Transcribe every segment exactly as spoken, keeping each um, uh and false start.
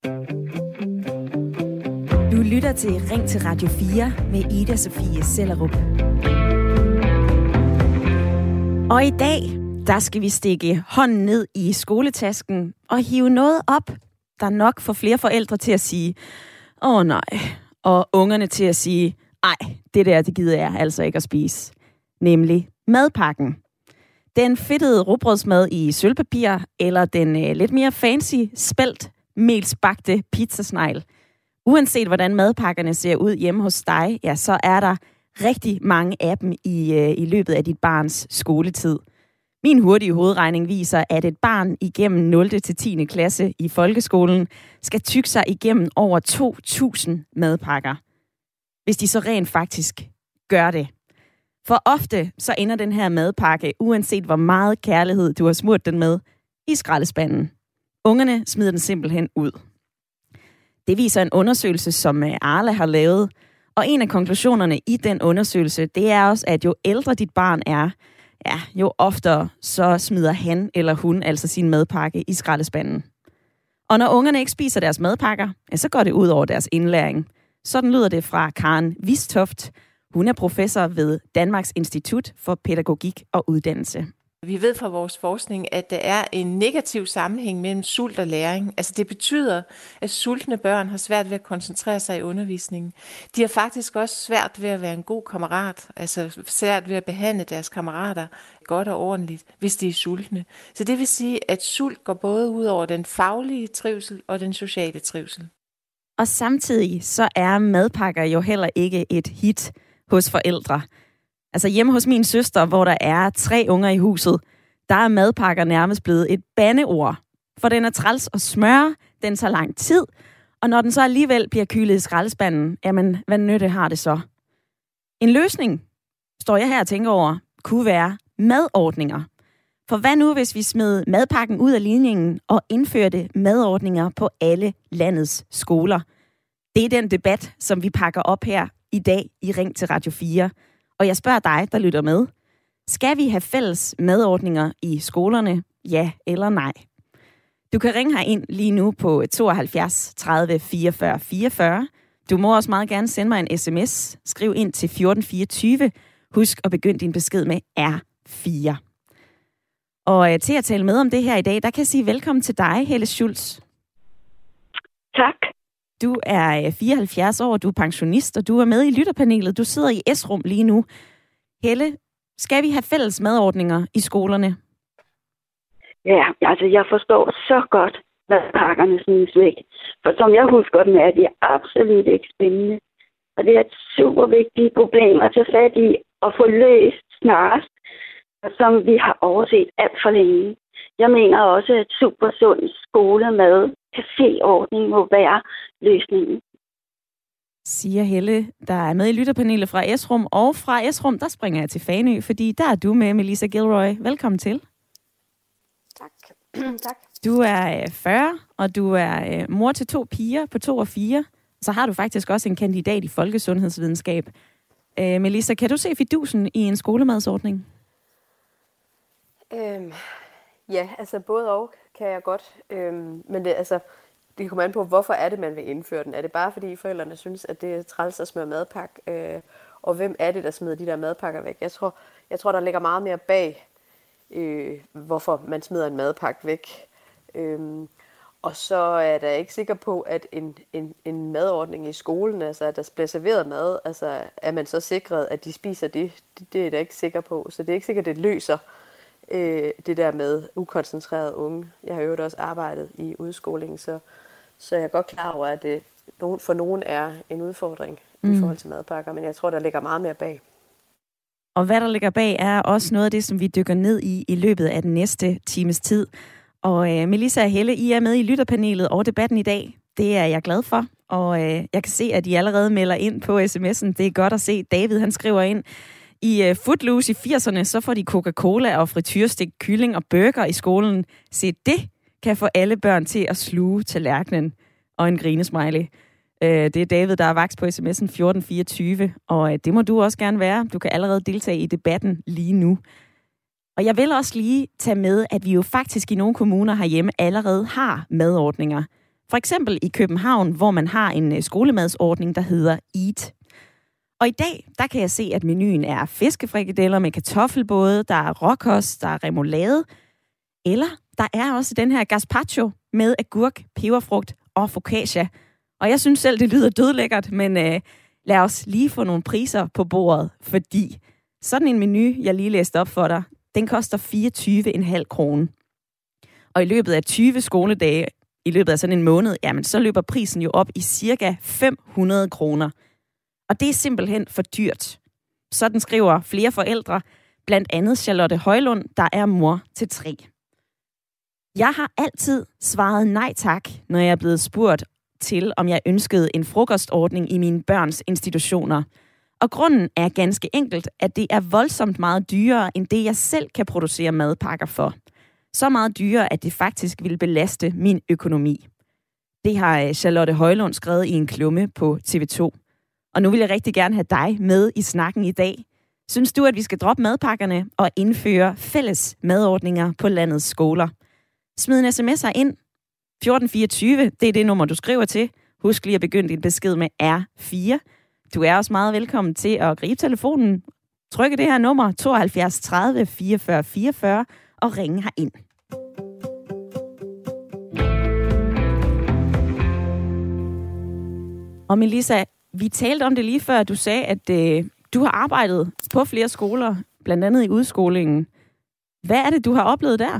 Du lytter til Ring til Radio fire med Ida Sofie Sellerup. Og i dag, der skal vi stikke hånden ned i skoletasken og hive noget op, der nok får flere forældre til at sige, åh nej, og ungerne til at sige, ej, det der, det gider jeg altså ikke at spise. Nemlig madpakken. Den fedtede rugbrødsmad i sølvpapir, eller den øh, lidt mere fancy spelt melsbagte pizzasnegl. Uanset hvordan madpakkerne ser ud hjemme hos dig, ja, så er der rigtig mange af dem i, øh, i løbet af dit barns skoletid. Min hurtige hovedregning viser, at et barn igennem nul til tiende klasse i folkeskolen skal tygge sig igennem over to tusind madpakker. Hvis de så rent faktisk gør det. For ofte så ender den her madpakke, uanset hvor meget kærlighed du har smurt den med, i skraldespanden. Ungerne smider den simpelthen ud. Det viser en undersøgelse, som Arla har lavet. Og en af konklusionerne i den undersøgelse, det er også, at jo ældre dit barn er, ja, jo oftere så smider han eller hun altså sin madpakke i skraldespanden. Og når ungerne ikke spiser deres madpakker, ja, så går det ud over deres indlæring. Sådan lyder det fra Karen Vistoft. Hun er professor ved Danmarks Institut for Pædagogik og Uddannelse. Vi ved fra vores forskning, at der er en negativ sammenhæng mellem sult og læring. Altså det betyder, at sultne børn har svært ved at koncentrere sig i undervisningen. De har faktisk også svært ved at være en god kammerat, altså svært ved at behandle deres kammerater godt og ordentligt, hvis de er sultne. Så det vil sige, at sult går både ud over den faglige trivsel og den sociale trivsel. Og samtidig så er madpakker jo heller ikke et hit hos forældre. Altså hjemme hos min søster, hvor der er tre unger i huset, der er madpakker nærmest blevet et bandeord. For den er træls at smøre, den tager lang tid, og når den så alligevel bliver kylet i skraldespanden, jamen hvad nytte har det så? En løsning, står jeg her og tænker over, kunne være madordninger. For hvad nu, hvis vi smed madpakken ud af ligningen og indførte madordninger på alle landets skoler? Det er den debat, som vi pakker op her i dag i Ring til Radio fire. Og jeg spørger dig, der lytter med. Skal vi have fælles madordninger i skolerne? Ja eller nej? Du kan ringe her ind lige nu på tooghalvfjerds tredive fireogfyrre fireogfyrre. Du må også meget gerne sende mig en sms. Skriv ind til fjorten fireogtyve. Husk at begynde din besked med R fire. Og til at tale med om det her i dag, der kan jeg sige velkommen til dig, Helle Schultz. Tak. Du er fireoghalvfjerds år, du er pensionist, og du er med i lytterpanelet. Du sidder i S-rum lige nu. Helle, skal vi have fælles madordninger i skolerne? Ja, altså jeg forstår så godt, hvad pakkerne smides væk. For som jeg husker dem, er de absolut ikke spændende. Og det er et super vigtigt problem at tage fat i og få løst snarest, som vi har overset alt for længe. Jeg mener også, at super sund skolemad, caféordning må være løsningen. Siger Helle, der er med i lytterpanelet fra S-rum. Og fra S-rum, der springer jeg til Fanø, fordi der er du med, Melissa Gilroy. Velkommen til. Tak. tak. Du er fyrre, og du er mor til to piger på to og fire. Så har du faktisk også en kandidat i folkesundhedsvidenskab. Melissa, kan du se fidusen i en skolemadsordning? Øhm, ja, altså både og kan jeg godt. Øhm, men det, altså, det kommer an på, hvorfor er det, man vil indføre den. Er det bare, fordi forældrene synes, at det er træls at smøre madpakke? Øh, og hvem er det, der smider de der madpakker væk? Jeg tror, jeg tror der ligger meget mere bag, øh, hvorfor man smider en madpakke væk. Øhm, og så er jeg ikke sikker på, at en, en, en madordning i skolen, altså at der bliver serveret mad, altså er man så sikret, at de spiser det? Det, det er jeg da ikke sikker på. Så det er ikke sikkert, at det løser øh, det der med ukoncentrerede unge. Jeg har jo også arbejdet i udskolingen, så, så jeg er godt klar over, at det for nogen er en udfordring mm. i forhold til madpakker, men jeg tror, der ligger meget mere bag. Og hvad der ligger bag er også noget af det, som vi dykker ned i i løbet af den næste times tid. Og øh, Melissa og Helle, I er med i lytterpanelet og debatten i dag. Det er jeg glad for, og øh, jeg kan se, at I allerede melder ind på sms'en. Det er godt at se. David, han skriver ind, i øh, Footloose i firserne, så får de Coca-Cola og frityrstik, kylling og burger i skolen. Se, det kan få alle børn til at sluge tallerkenen. Og en grinesmiley. Øh, det er David, der er vaks på sms'en fjorten fireogtyve, og øh, det må du også gerne være. Du kan allerede deltage i debatten lige nu. Og jeg vil også lige tage med, at vi jo faktisk i nogle kommuner herhjemme allerede har madordninger. For eksempel i København, hvor man har en skolemadsordning, der hedder Eat. Og i dag, der kan jeg se, at menuen er fiskefrikadeller med kartoffelbåde, der er råkost, der er remoulade, eller der er også den her gazpacho med agurk, peberfrugt og focaccia. Og jeg synes selv, det lyder dødlækkert, men øh, lad os lige få nogle priser på bordet, fordi sådan en menu, jeg lige læste op for dig, den koster fireogtyve komma fem kroner. Og i løbet af tyve skoledage, i løbet af sådan en måned, jamen så løber prisen jo op i cirka fem hundrede kroner. Og det er simpelthen for dyrt. Sådan skriver flere forældre, blandt andet Charlotte Højlund, der er mor til tre. Jeg har altid svaret nej tak, når jeg er blevet spurgt til, om jeg ønskede en frokostordning i mine børns institutioner. Og grunden er ganske enkelt, at det er voldsomt meget dyrere, end det jeg selv kan producere madpakker for. Så meget dyrere, at det faktisk vil belaste min økonomi. Det har Charlotte Højlund skrevet i en klumme på T V to. Og nu vil jeg rigtig gerne have dig med i snakken i dag. Synes du, at vi skal droppe madpakkerne og indføre fælles madordninger på landets skoler? Smid en sms'er ind. fjorten fireogtyve, det er det nummer, du skriver til. Husk lige at begynde din besked med R fire. Du er også meget velkommen til at gribe telefonen. Trykke det her nummer tooghalvfjerds tredive fireogfyrre fireogfyrre og ringe herind. Og Melissa, vi talte om det lige før, du sagde, at øh, du har arbejdet på flere skoler, blandt andet i udskolingen. Hvad er det, du har oplevet der?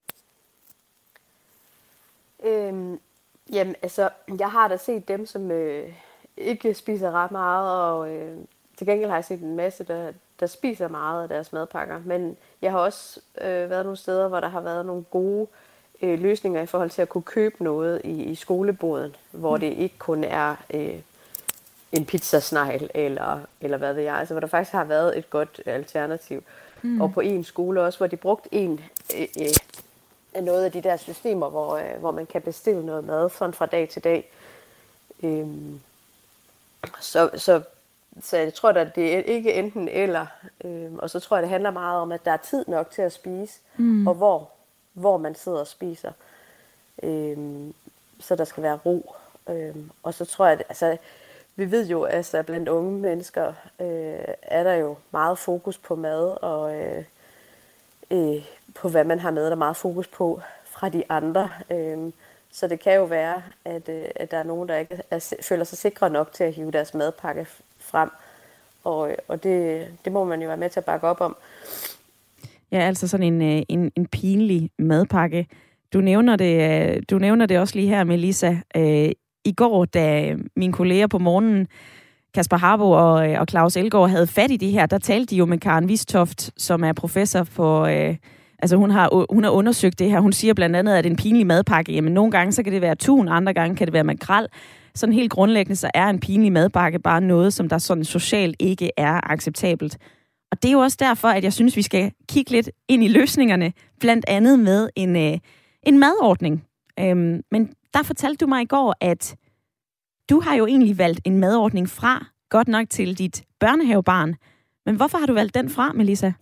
Øhm, jamen, altså, jeg har da set dem, som øh, ikke spiser ret meget, og øh, til gengæld har jeg set en masse, der, der spiser meget af deres madpakker. Men jeg har også øh, været nogle steder, hvor der har været nogle gode øh, løsninger i forhold til at kunne købe noget i, i skoleboden, hvor det ikke kun er øh, en pizzasnegl, eller, eller hvad ved jeg. Altså, hvor der faktisk har været et godt alternativ. Mm. Og på en skole også, hvor de brugte en... Øh, øh, noget af de der systemer, hvor, øh, hvor man kan bestille noget mad sådan fra dag til dag. Øhm, så, så, så jeg tror, at det er ikke enten eller. Øhm, og så tror jeg, det handler meget om, at der er tid nok til at spise, mm. og hvor, hvor man sidder og spiser. Øhm, så der skal være ro. Øhm, og så tror jeg, at altså, vi ved jo, at altså, blandt unge mennesker øh, er der jo meget fokus på mad, og øh, øh, på hvad man har med, der er meget fokus på fra de andre. Øhm, så det kan jo være, at, øh, at der er nogen, der ikke er, føler sig sikre nok til at hive deres madpakke frem. Og, og det, det må man jo være med til at bakke op om. Ja, altså sådan en, en, en pinlig madpakke. Du nævner det, du nævner det også lige her, Melissa. Øh, I går, da mine kolleger på morgenen, Kasper Harbo og, og Claus Elgaard, havde fat i det her, der talte de jo med Karen Vistoft, som er professor for... Øh, altså hun har, hun har undersøgt det her. Hun siger blandt andet, at en pinlig madpakke, jamen nogle gange så kan det være tun, andre gange kan det være makrel. Sådan helt grundlæggende, så er en pinlig madpakke bare noget, som der sådan socialt ikke er acceptabelt. Og det er jo også derfor, at jeg synes, vi skal kigge lidt ind i løsningerne, blandt andet med en, øh, en madordning. Øhm, men der fortalte du mig i går, at du har jo egentlig valgt en madordning fra, godt nok til dit børnehavebarn. Men hvorfor har du valgt den fra, Melissa?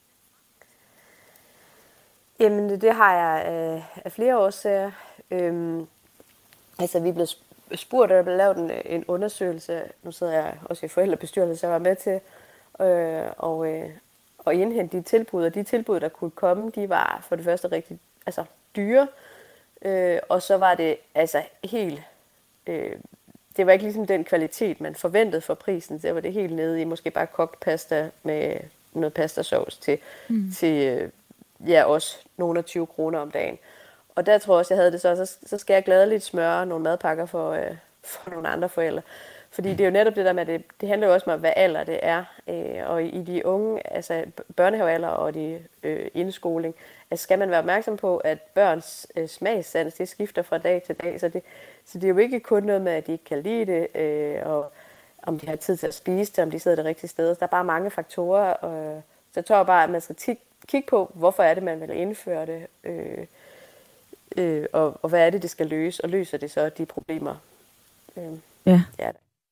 Jamen, det har jeg øh, af flere årsager. Øhm, altså, vi er blevet spurgt, og der blev lavet en, en undersøgelse. Nu sidder jeg også i forældrebestyrelsen, så jeg var med til øh, og, øh, og indhente de tilbud. Og de tilbud, der kunne komme, de var for det første rigtig altså, dyre. Øh, og så var det altså helt... Øh, det var ikke ligesom den kvalitet, man forventede for prisen. Så var det helt nede i måske bare kogt pasta med noget pastasauce til... Mm. til øh, ja, også nogle af tyve kroner om dagen. Og der tror jeg også, jeg havde det så, så, så skal jeg gladeligt smøre nogle madpakker for, øh, for nogle andre forældre. Fordi det er jo netop det der med, at det, det handler jo også om, hvad alder det er. Øh, og i de unge, altså børnehavealder og de øh, indskoling, altså skal man være opmærksom på, at børns øh, smagssans, det skifter fra dag til dag. Så det, så det er jo ikke kun noget med, at de ikke kan lide det, øh, og om de har tid til at spise det, om de sidder det rigtige sted. Der er bare mange faktorer, og så jeg tror bare, at man skal tit kig på, hvorfor er det, man vil indføre det, øh, øh, og, og hvad er det, det skal løse, og løser det så de problemer? Øh, ja. ja.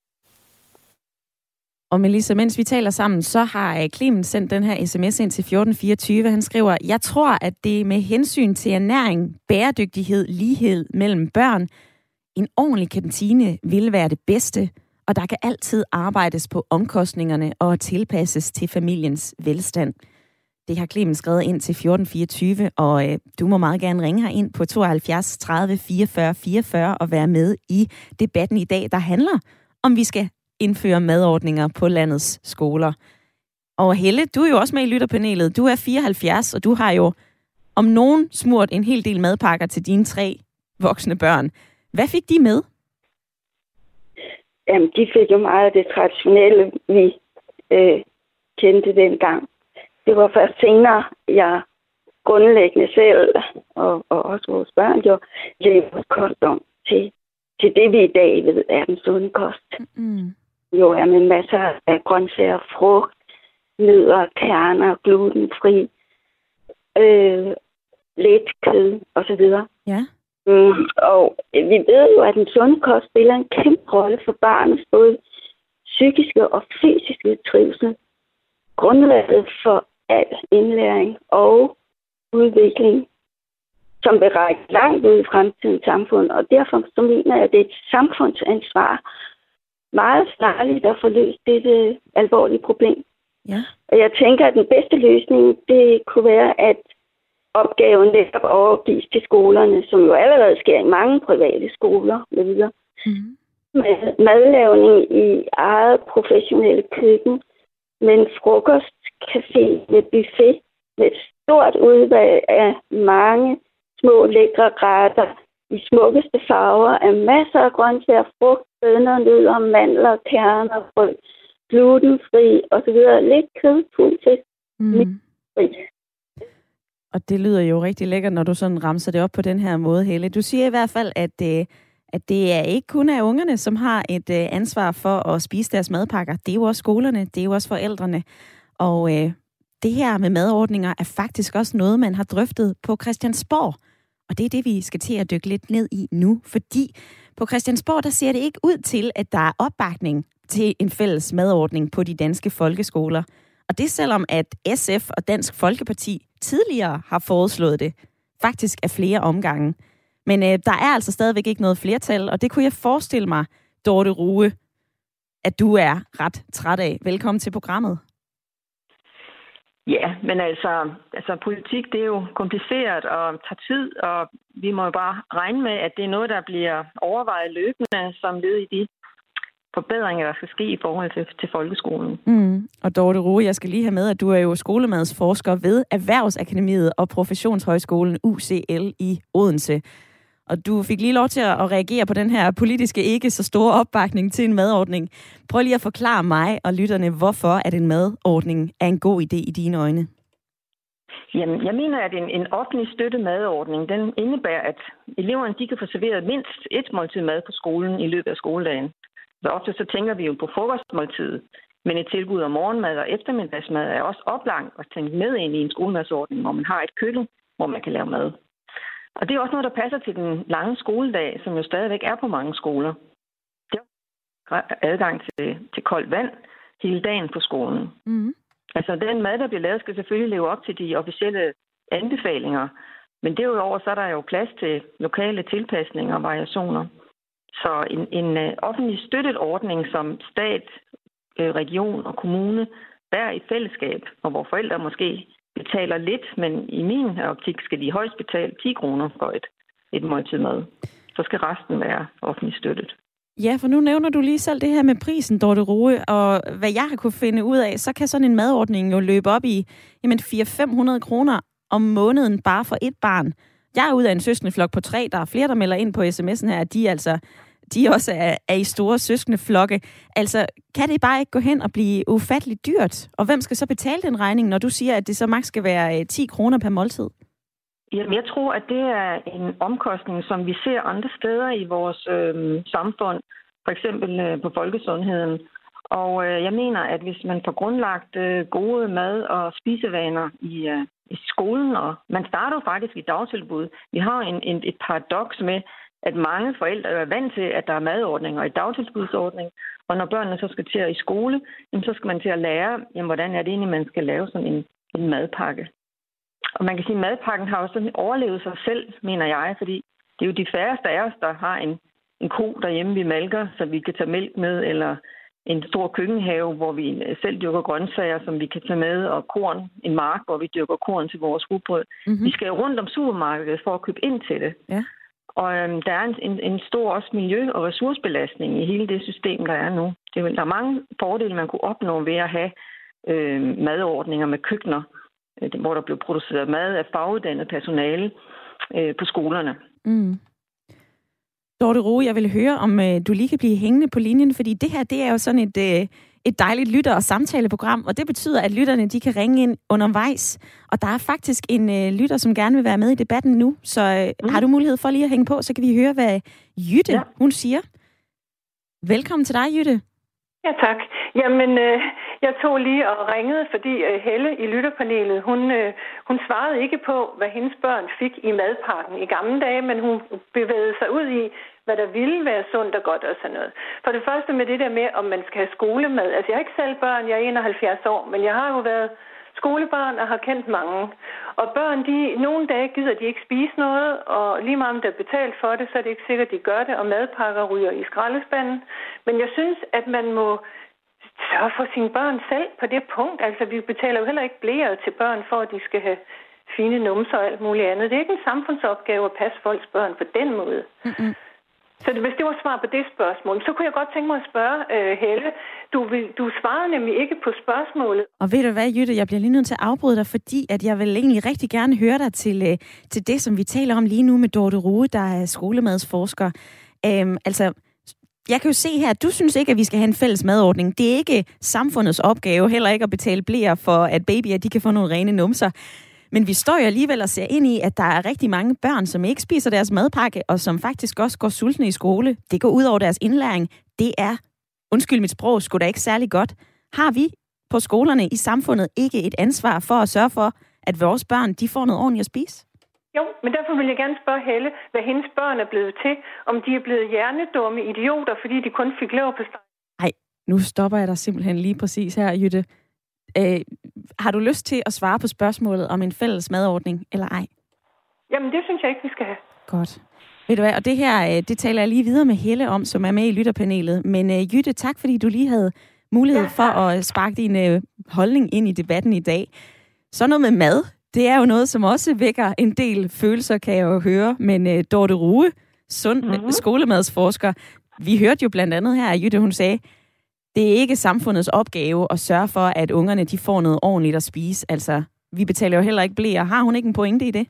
Og Melissa, mens vi taler sammen, så har Clemens sendt den her sms ind til fjorten fireogtyve. Han skriver, jeg tror, at det med hensyn til ernæring, bæredygtighed, lighed mellem børn, En ordentlig kantine vil være det bedste, og der kan altid arbejdes på omkostningerne og tilpasses til familiens velstand. Det har Clemens skrevet ind til fjorten fireogtyve, og øh, du må meget gerne ringe her ind på tooghalvfjerds tredive fireogfyrre fireogfyrre og være med i debatten i dag, der handler om vi skal indføre madordninger på landets skoler. Og Helle, du er jo også med i lytterpanelet. Du er fireoghalvfjerds, og du har jo om nogen smurt en hel del madpakker til dine tre voksne børn. Hvad fik de med? Jamen, de fik jo meget af det traditionelle, vi øh, kendte dengang. Det var først senere, jeg grundlæggende selv, og, og også vores børn, jo levede vores kost om til, til det, vi i dag ved er den sunde kost. Mm. Jo, er med masser af grøntsager, frugt, nødder, kerner, glutenfri, øh, lidt kød osv. Ja. Mm, og vi ved jo, at den sunde kost spiller en kæmpe rolle for barnets både psykiske og fysiske trivsel. Grundlaget for al indlæring og udvikling, som vil række langt ud i fremtidens samfund. Og derfor så mener jeg, at det er et samfundsansvar meget snarligt at få løst dette alvorlige problem. Ja. Og jeg tænker, at den bedste løsning, det kunne være, at opgaven netop overgives til skolerne, som jo allerede sker i mange private skoler med videre. Mm-hmm. Med madlavning i eget professionelle køkken, med en frokostcafé med buffet, med et stort udvalg af mange små lækre retter i smukkeste farver af masser af grøntsager, frugt, bønner, nødder, mandler, kerner, frø, glutenfri osv. Lidt kød, fuld fisk, mm. fri. Og det lyder jo rigtig lækkert, når du sådan ramser det op på den her måde, Helle. Du siger i hvert fald, at, øh, at det er ikke kun af ungerne, som har et øh, ansvar for at spise deres madpakker. Det er jo også skolerne, det er jo også forældrene. Og øh, det her med madordninger er faktisk også noget, man har drøftet på Christiansborg. Og det er det, vi skal til at dykke lidt ned i nu. Fordi på Christiansborg, der ser det ikke ud til, at der er opbakning til en fælles madordning på de danske folkeskoler. Og det selvom, at S F og Dansk Folkeparti tidligere har foreslået det, faktisk af flere omgange. Men øh, der er altså stadigvæk ikke noget flertal, og det kunne jeg forestille mig, Dorte Rue, at du er ret træt af. Velkommen til programmet. Ja, men altså, altså politik, det er jo kompliceret og tager tid, og vi må jo bare regne med, at det er noget, der bliver overvejet løbende som led i de forbedringer, der skal ske i forhold til, til folkeskolen. Mm. Og Dorte Rue, jeg skal lige have med, at du er jo skolemadsforsker ved Erhvervsakademiet og Professionshøjskolen U C L i Odense. Og du fik lige lov til at reagere på den her politiske ikke så store opbakning til en madordning. Prøv lige at forklare mig og lytterne, hvorfor at en madordning er en god idé i dine øjne. Jamen, jeg mener, at en, en offentlig støttet madordning, den indebærer, at eleverne de kan få serveret mindst et måltid mad på skolen i løbet af skoledagen. Så ofte så tænker vi jo på frokostmåltidet, men et tilbud om morgenmad og eftermiddagsmad er også oplagt at tænke med ind i en skolemadsordning, hvor man har et køkken, hvor man kan lave mad. Og det er også noget, der passer til den lange skoledag, som jo stadigvæk er på mange skoler. Det er adgang til, til koldt vand hele dagen på skolen. Mm. Altså den mad, der bliver lavet, skal selvfølgelig leve op til de officielle anbefalinger, men derudover så er der jo plads til lokale tilpasninger og variationer. Så en, en uh, offentlig støttet ordning som stat, uh, region og kommune bærer i fællesskab, og hvor forældre måske betaler lidt, men i min optik skal de højst betale ti kroner for et, et måltid mad. Så skal resten være offentligt støttet. Ja, for nu nævner du lige selv det her med prisen, Dorte Rue, og hvad jeg har kunne finde ud af, så kan sådan en madordning jo løbe op i jamen fire til fem hundrede kroner om måneden bare for et barn. Jeg er ude af en søskendeflok på tre, der er flere, der melder ind på sms'en her, at de altså de også er, er i store søskendeflokke. Altså, kan det bare ikke gå hen og blive ufatteligt dyrt? Og hvem skal så betale den regning, når du siger, at det så maks skal være ti kroner per måltid? Jamen, jeg tror, at det er en omkostning, som vi ser andre steder i vores øh, samfund. For eksempel øh, på folkesundheden. Og øh, jeg mener, at hvis man får grundlagt øh, gode mad- og spisevaner i, øh, i skolen, og man starter jo faktisk i dagtilbud. Vi har en, en, et paradoks med, at mange forældre er vant til, at der er madordninger og et dagtilbudsordning. Og når børnene så skal til i skole, jamen, så skal man til at lære, jamen, hvordan er det egentlig, man skal lave sådan en, en madpakke. Og man kan sige, at madpakken har jo sådan overlevet sig selv, mener jeg, fordi det er jo de færreste af os, der har en, en ko derhjemme, vi malker, så vi kan tage mælk med, eller en stor køkkenhave, hvor vi selv dyrker grøntsager, som vi kan tage med, og korn, en mark, hvor vi dyrker korn til vores rugbrød. Mm-hmm. Vi skal jo rundt om supermarkedet for at købe ind til det. Ja. Og øhm, der er en, en, en stor også miljø- og ressourcebelastning i hele det system, der er nu. Det, der er mange fordele, man kunne opnå ved at have øh, madordninger med køkkener, øh, hvor der blev produceret mad af faguddannet personale øh, på skolerne. Mm. Dorte Rue, jeg vil høre, om øh, du lige kan blive hængende på linjen, fordi det her, det er jo sådan et, øh, et dejligt lytter- og samtaleprogram, og det betyder, at lytterne, de kan ringe ind undervejs. Og der er faktisk en øh, lytter, som gerne vil være med i debatten nu, så øh, mm. har du mulighed for lige at hænge på, så kan vi høre, hvad Jytte, ja. hun siger. Velkommen til dig, Jytte. Ja, tak. Jamen, øh, jeg tog lige og ringede, fordi øh, Helle i lytterpanelet, hun, øh, hun svarede ikke på, hvad hendes børn fik i madpakken i gamle dage, men hun bevægede sig ud i, hvad der ville være sundt og godt og sådan noget. For det første med det der med, om man skal have skolemad. Altså, jeg har ikke selv børn, jeg er enoghalvfjerds år, men jeg har jo været skolebarn og har kendt mange. Og børn, de, nogle dage gider de ikke spise noget, og lige meget om der er betalt for det, så er det ikke sikkert, at de gør det, og madpakker ryger i skraldespanden. Men jeg synes, at man må sørge for sine børn selv på det punkt. Altså, vi betaler jo heller ikke blære til børn, for at de skal have fine numser og alt muligt andet. Det er ikke en samfundsopgave at passe folks børn på den måde. Mm-hmm. Så hvis det var svar på det spørgsmål, så kunne jeg godt tænke mig at spørge uh, Helle. Du, vil, du svarede nemlig ikke på spørgsmålet. Og ved du hvad, Jytte, jeg bliver lige nødt til at afbryde dig, fordi at jeg vil egentlig rigtig gerne høre dig til, uh, til det, som vi taler om lige nu med Dorte Rue, der er skolemadsforsker. Um, altså, jeg kan jo se her, at du synes ikke, at vi skal have en fælles madordning. Det er ikke samfundets opgave, heller ikke at betale bleer for, at babyer de kan få nogle rene numser. Men vi står jo alligevel og ser ind i, at der er rigtig mange børn, som ikke spiser deres madpakke, og som faktisk også går sultne i skole. Det går ud over deres indlæring. Det er, undskyld mit sprog, sgu da ikke særlig godt. Har vi på skolerne i samfundet ikke et ansvar for at sørge for, at vores børn de får noget ordentligt at spise? Jo, men derfor vil jeg gerne spørge Helle, hvad hendes børn er blevet til. Om de er blevet hjernedumme idioter, fordi de kun fik leverpostej. Nej, nu stopper jeg dig simpelthen lige præcis her, Jytte. Øh, har du lyst til at svare på spørgsmålet om en fælles madordning, eller ej? Jamen, det synes jeg ikke, vi skal have. Godt. Ved du hvad, og det her, det taler jeg lige videre med Helle om, som er med i lytterpanelet. Men uh, Jytte, tak fordi du lige havde mulighed for at sparke din uh, holdning ind i debatten i dag. Så noget med mad, det er jo noget, som også vækker en del følelser, kan jeg jo høre. Men uh, Dorte Rue, sund mm-hmm. skolemadsforsker, vi hørte jo blandt andet her, at Jytte, hun sagde, det er ikke samfundets opgave at sørge for, at ungerne de får noget ordentligt at spise. Altså, vi betaler jo heller ikke bleer. Har hun ikke en pointe i det?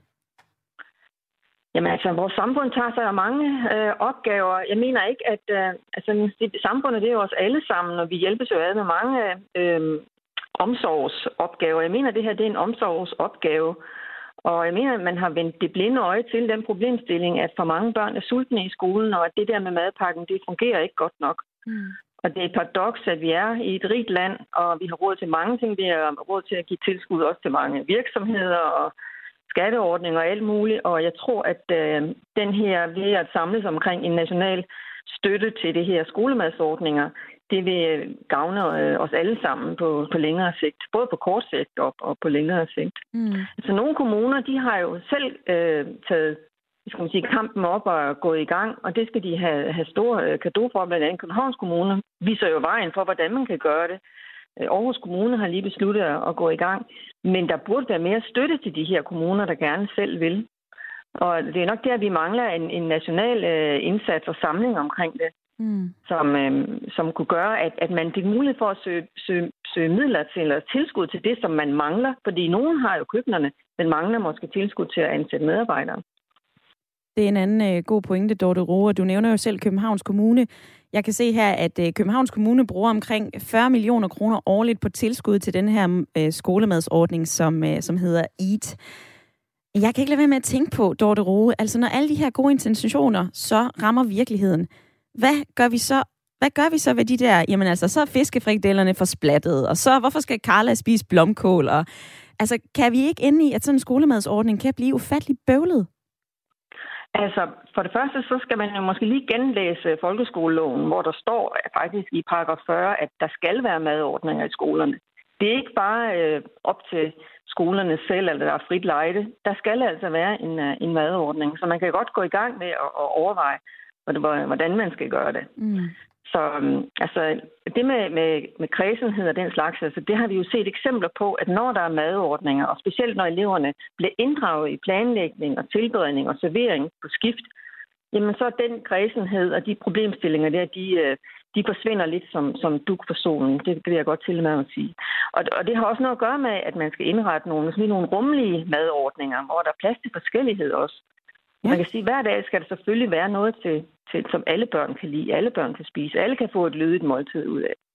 Jamen altså, vores samfund tager sig af mange øh, opgaver. Jeg mener ikke, at øh, altså, samfundet det er jo os alle sammen, og vi hjælpes jo ad med mange øh, omsorgsopgaver. Jeg mener, at det her det er en omsorgsopgave. Og jeg mener, at man har vendt det blinde øje til den problemstilling, at for mange børn er sultne i skolen, og at det der med madpakken, det fungerer ikke godt nok. Mm. Og det er et paradoks, at vi er i et rigt land, og vi har råd til mange ting. Vi har råd til at give tilskud også til mange virksomheder og skatteordninger og alt muligt. Og jeg tror, at øh, den her ved at samles omkring en national støtte til det her skolemadsordninger, det vil gavne øh, os alle sammen på, på længere sigt. Både på kort sigt og, og på længere sigt. Mm. Altså nogle kommuner, de har jo selv øh, taget skal man sige, kampen op og gået i gang, og det skal de have, have store cadeau for, blandt andet Københavns Kommune viser jo vejen for, hvordan man kan gøre det. Aarhus Kommune har lige besluttet at gå i gang, men der burde være mere støtte til de her kommuner, der gerne selv vil. Og det er nok der, vi mangler en, en national øh, indsats og samling omkring det, mm. som, øh, som kunne gøre, at, at man fik mulighed for at søge, søge, søge midler til eller tilskud til det, som man mangler. Fordi nogen har jo køkkenerne, men mangler måske tilskud til at ansætte medarbejdere. Det er en anden øh, god pointe, Dorte Rue. Du nævner jo selv Københavns Kommune. Jeg kan se her, at øh, Københavns Kommune bruger omkring fyrre millioner kroner årligt på tilskud til den her øh, skolemadsordning, som, øh, som hedder EAT. Jeg kan ikke lade være med at tænke på, Dorte Rue, altså når alle de her gode intentioner så rammer virkeligheden, hvad gør vi så? Hvad gør vi så ved de der, jamen altså, så er fiskefrikadellerne forsplattet, og så hvorfor skal Carla spise blomkål? Og, altså, kan vi ikke ende i, at sådan en skolemadsordning kan blive ufattelig bøvlet? Altså, for det første, så skal man jo måske lige genlæse folkeskoleloven, hvor der står faktisk i paragraf fyrre, at der skal være madordninger i skolerne. Det er ikke bare øh, op til skolerne selv, eller der er frit lejde. Der skal altså være en, en madordning, så man kan godt gå i gang med at, at overveje, hvordan man skal gøre det. Mm. Så altså, det med, med, med kredsenhed og den slags, altså, det har vi jo set eksempler på, at når der er madordninger, og specielt når eleverne bliver inddraget i planlægning og tilberedning og servering på skift, jamen så er den kredsenhed og de problemstillinger der, de, de forsvinder lidt som, som dug for solen. Det, det vil jeg godt til med at sige. Og, og det har også noget at gøre med, at man skal indrette nogle, sådan nogle rummelige madordninger, hvor der er plads til forskellighed også. Ja. Man kan sige, at hver dag skal der selvfølgelig være noget, til, til, som alle børn kan lide, alle børn kan spise, alle kan få et lødigt måltid ud af.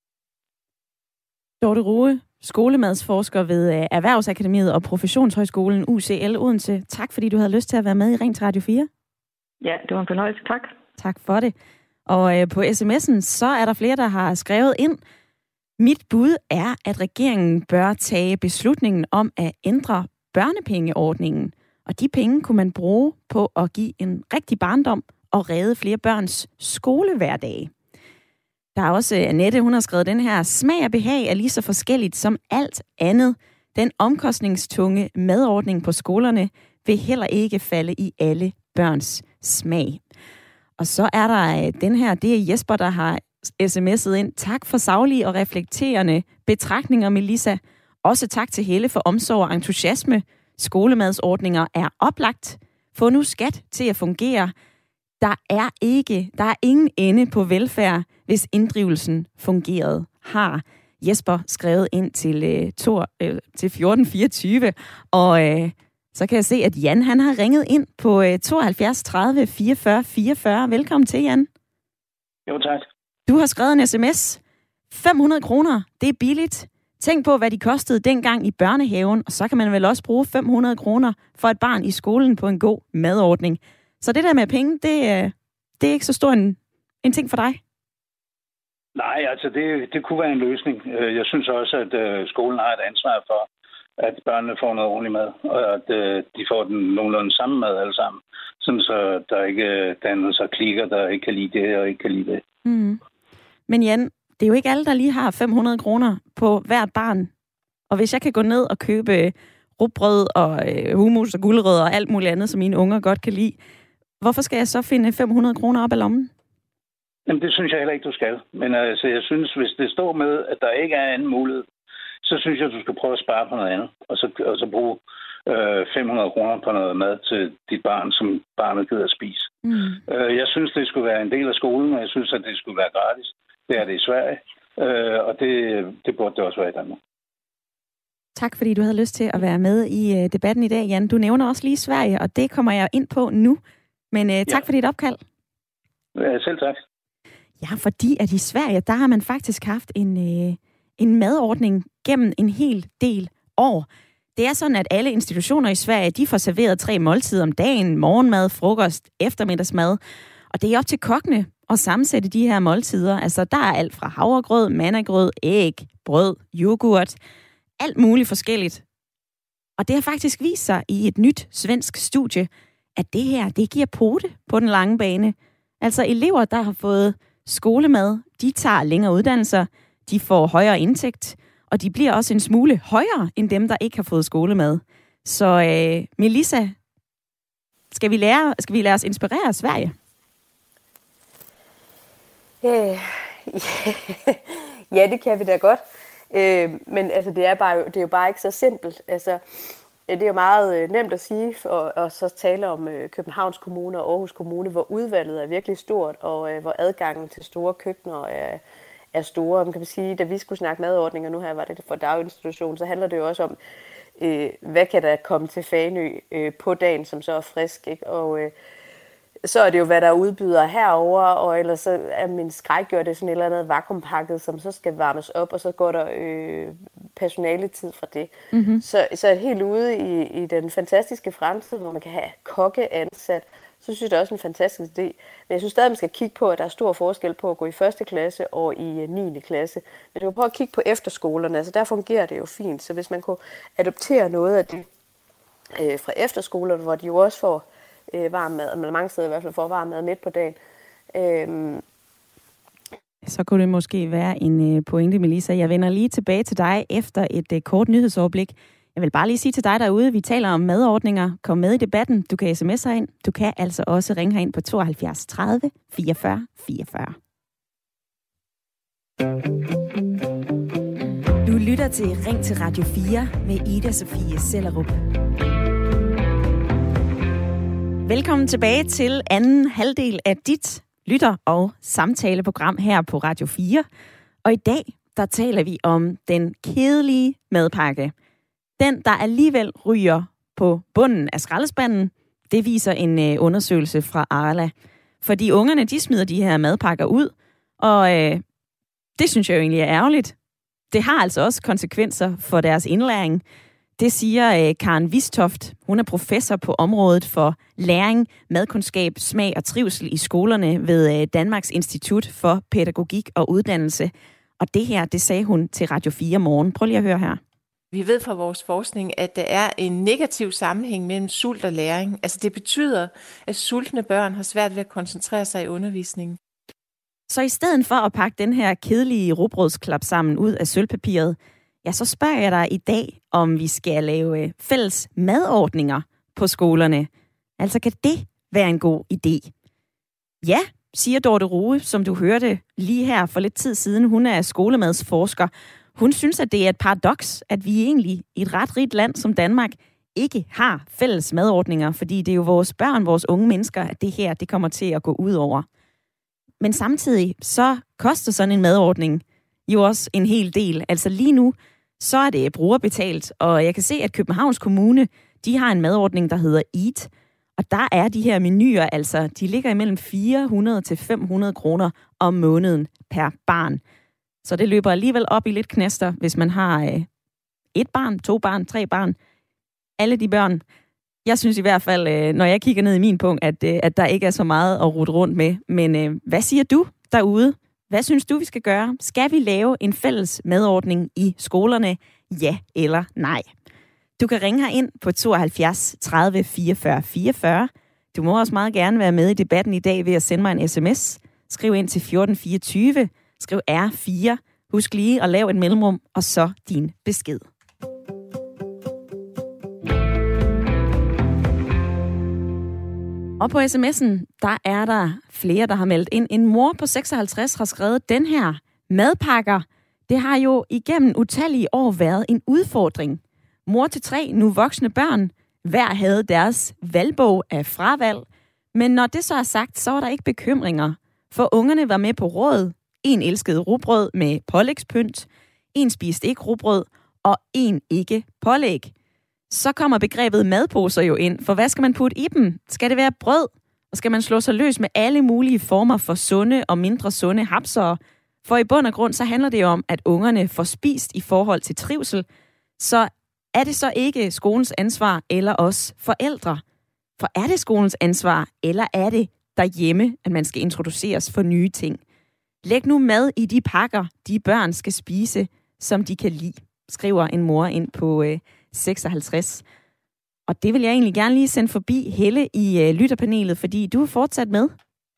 Dorte Rue, skolemadsforsker ved Erhvervsakademiet og Professionshøjskolen U C L Odense. Tak fordi du havde lyst til at være med i Ring til Radio fire. Ja, det var en fornøjelse. Tak. Tak for det. Og øh, på sms'en, så er der flere, der har skrevet ind. Mit bud er, at regeringen bør tage beslutningen om at ændre børnepengeordningen. Og de penge kunne man bruge på at give en rigtig barndom og redde flere børns skolehverdage. Der er også Annette, hun har skrevet den her. Smag og behag er lige så forskelligt som alt andet. Den omkostningstunge madordning på skolerne vil heller ikke falde i alle børns smag. Og så er der den her, det er Jesper, der har sms'et ind. Tak for saglige og reflekterende betragtninger, Melissa. Også tak til Helle for omsorg og entusiasme. Skolemadsordninger er oplagt. Få nu skat til at fungere. Der er ikke, der er ingen ende på velfærd, hvis inddrivelsen fungerede, har Jesper skrevet ind til, øh, Tor, øh, til fjorten fireogtyve. Og øh, så kan jeg se, at Jan han har ringet ind på øh, tooghalvfjerds tredive fireogfyrre fireogfyrre. Velkommen til, Jan. Jo, tak. Du har skrevet en sms. fem hundrede kroner, det er billigt. Tænk på, hvad de kostede dengang i børnehaven, og så kan man vel også bruge fem hundrede kroner for et barn i skolen på en god madordning. Så det der med penge, det, det er ikke så stor en, en ting for dig? Nej, altså det, det kunne være en løsning. Jeg synes også, at skolen har et ansvar for, at børnene får noget ordentligt mad, og at de får den nogenlunde samme mad alle sammen. Sådan så der ikke danner sig klikker, der ikke kan lide det og ikke kan lide det. Mm. Men Jan, det er jo ikke alle, der lige har fem hundrede kroner på hvert barn. Og hvis jeg kan gå ned og købe rugbrød og øh, hummus og gulerødder og alt muligt andet, som mine unger godt kan lide, hvorfor skal jeg så finde fem hundrede kroner op ad lommen? Jamen, det synes jeg heller ikke, du skal. Men altså, jeg synes, hvis det står med, at der ikke er anden mulighed, så synes jeg, du skal prøve at spare på noget andet. Og så, og så bruge øh, fem hundrede kroner på noget mad til dit barn, som barnet gider at spise. Mm. Øh, jeg synes, det skulle være en del af skolen, og jeg synes, at det skulle være gratis. Det er det i Sverige, øh, og det, det burde det også være i Danmark. Tak, fordi du havde lyst til at være med i uh, debatten i dag, Jan. Du nævner også lige Sverige, og det kommer jeg ind på nu. Men uh, tak ja. for dit opkald. Ja, selv tak. Ja, fordi at i Sverige, der har man faktisk haft en, uh, en madordning gennem en hel del år. Det er sådan, at alle institutioner i Sverige, de får serveret tre måltider om dagen. Morgenmad, frokost, eftermiddagsmad. Og det er op til kokkene at sammensætte de her måltider. Altså, der er alt fra havregrød, mannagrød, æg, brød, yoghurt. Alt muligt forskelligt. Og det har faktisk vist sig i et nyt svensk studie, at det her, det giver pote på den lange bane. Altså elever, der har fået skolemad, de tager længere uddannelser, de får højere indtægt, og de bliver også en smule højere end dem, der ikke har fået skolemad. Så øh, Melissa, skal vi, lære, skal vi lade os inspirere af Sverige? Øh, ja, det kan vi da godt. Øh, men altså, det er, bare, det er jo bare ikke så simpelt. Altså, det er jo meget øh, nemt at sige, og, og så tale om øh, Københavns Kommune og Aarhus Kommune, hvor udvalget er virkelig stort, og øh, hvor adgangen til store køkkener er, er store. Man kan sige, da vi skulle snakke madordninger, nu her var det for daginstitution, så handler det jo også om, øh, hvad kan der komme til Fanø øh, på dagen, som så er frisk, ikke? Og øh, så er det jo, hvad der udbyder herover, og ellers så er min skræk gjort det sådan et eller andet vakuumpakket, som så skal varmes op, og så går der øh, personaletid fra det. Mm-hmm. Så, så helt ude i, i den fantastiske fremtid, hvor man kan have kokke ansat, så synes jeg, det er også en fantastisk idé. Men jeg synes stadig, man skal kigge på, at der er stor forskel på at gå i første klasse og i niende klasse. Men du kan prøve at kigge på efterskolerne, altså der fungerer det jo fint. Så hvis man kunne adoptere noget af det øh, fra efterskolerne, hvor de jo også får Øh, varm mad, men mange steder i hvert fald får varm mad midt på dagen. Øhm. Så kunne det måske være en pointe, Melissa. Jeg vender lige tilbage til dig efter et uh, kort nyhedsoverblik. Jeg vil bare lige sige til dig derude, vi taler om madordninger. Kom med i debatten. Du kan sms'e herind. Du kan altså også ringe herind på tooghalvfjerds tredive fireogfyrre fireogfyrre. Du lytter til Ring til Radio fire med Ida Sofie Sellerup. Velkommen tilbage til anden halvdel af dit lytter- og samtaleprogram her på Radio fire. Og i dag, der taler vi om den kedelige madpakke. Den, der alligevel ryger på bunden af skraldespanden, det viser en øh, undersøgelse fra Arla. Fordi ungerne, de smider de her madpakker ud, og øh, det synes jeg jo egentlig er ærgerligt. Det har altså også konsekvenser for deres indlæring. Det siger øh, Karen Vistoft. Hun er professor på området for læring, madkundskab, smag og trivsel i skolerne ved øh, Danmarks Institut for Pædagogik og Uddannelse. Og det her, det sagde hun til Radio fire Morgen. Prøv lige at høre her. Vi ved fra vores forskning, at der er en negativ sammenhæng mellem sult og læring. Altså det betyder, at sultne børn har svært ved at koncentrere sig i undervisningen. Så i stedet for at pakke den her kedelige rugbrødsklap sammen ud af sølvpapiret, ja, så spørger jeg dig i dag, om vi skal lave fælles madordninger på skolerne. Altså, kan det være en god idé? Ja, siger Dorte Rue, som du hørte lige her for lidt tid siden. Hun er skolemadsforsker. Hun synes, at det er et paradoks, at vi egentlig i et ret rigt land som Danmark ikke har fælles madordninger, fordi det er jo vores børn, vores unge mennesker, at det her det kommer til at gå ud over. Men samtidig så koster sådan en madordning jo også en hel del. Altså lige nu, så er det brugerbetalt, og jeg kan se, at Københavns Kommune, de har en madordning, der hedder Eat, og der er de her menuer, altså de ligger imellem fire hundrede til fem hundrede kroner om måneden per barn. Så det løber alligevel op i lidt knaster, hvis man har øh, et barn, to barn, tre barn. Alle de børn. Jeg synes i hvert fald, øh, når jeg kigger ned i min punkt, at, øh, at der ikke er så meget at rute rundt med. Men øh, hvad siger du derude? Hvad synes du, vi skal gøre? Skal vi lave en fælles madordning i skolerne? Ja eller nej? Du kan ringe her ind på tooghalvfjerds tredive fireogfyrre fireogfyrre. Du må også meget gerne være med i debatten i dag ved at sende mig en sms. Skriv ind til fjorten fireogtyve. Skriv R fire. Husk lige at lave et mellemrum, og så din besked. Og på sms'en, der er der flere, der har meldt ind. En mor på seksoghalvtreds har skrevet, den her madpakker, det har jo igennem utallige år været en udfordring. Mor til tre nu voksne børn, hver havde deres valgbog af fravalg. Men når det så er sagt, så var der ikke bekymringer. For ungerne var med på råd. En elskede rugbrød med pålægspynt, en spiste ikke rugbrød, og en ikke pålæg. Så kommer begrebet madposer jo ind, for hvad skal man putte i dem? Skal det være brød? Og skal man slå sig løs med alle mulige former for sunde og mindre sunde hapsere? For i bund og grund, så handler det jo om, at ungerne får spist i forhold til trivsel. Så er det så ikke skolens ansvar eller os forældre? For er det skolens ansvar, eller er det derhjemme, at man skal introduceres for nye ting? Læg nu mad i de pakker, de børn skal spise, som de kan lide, skriver en mor ind på øh, seksoghalvtreds. Og det vil jeg egentlig gerne lige sende forbi Helle i øh, lytterpanelet, fordi du er fortsat med.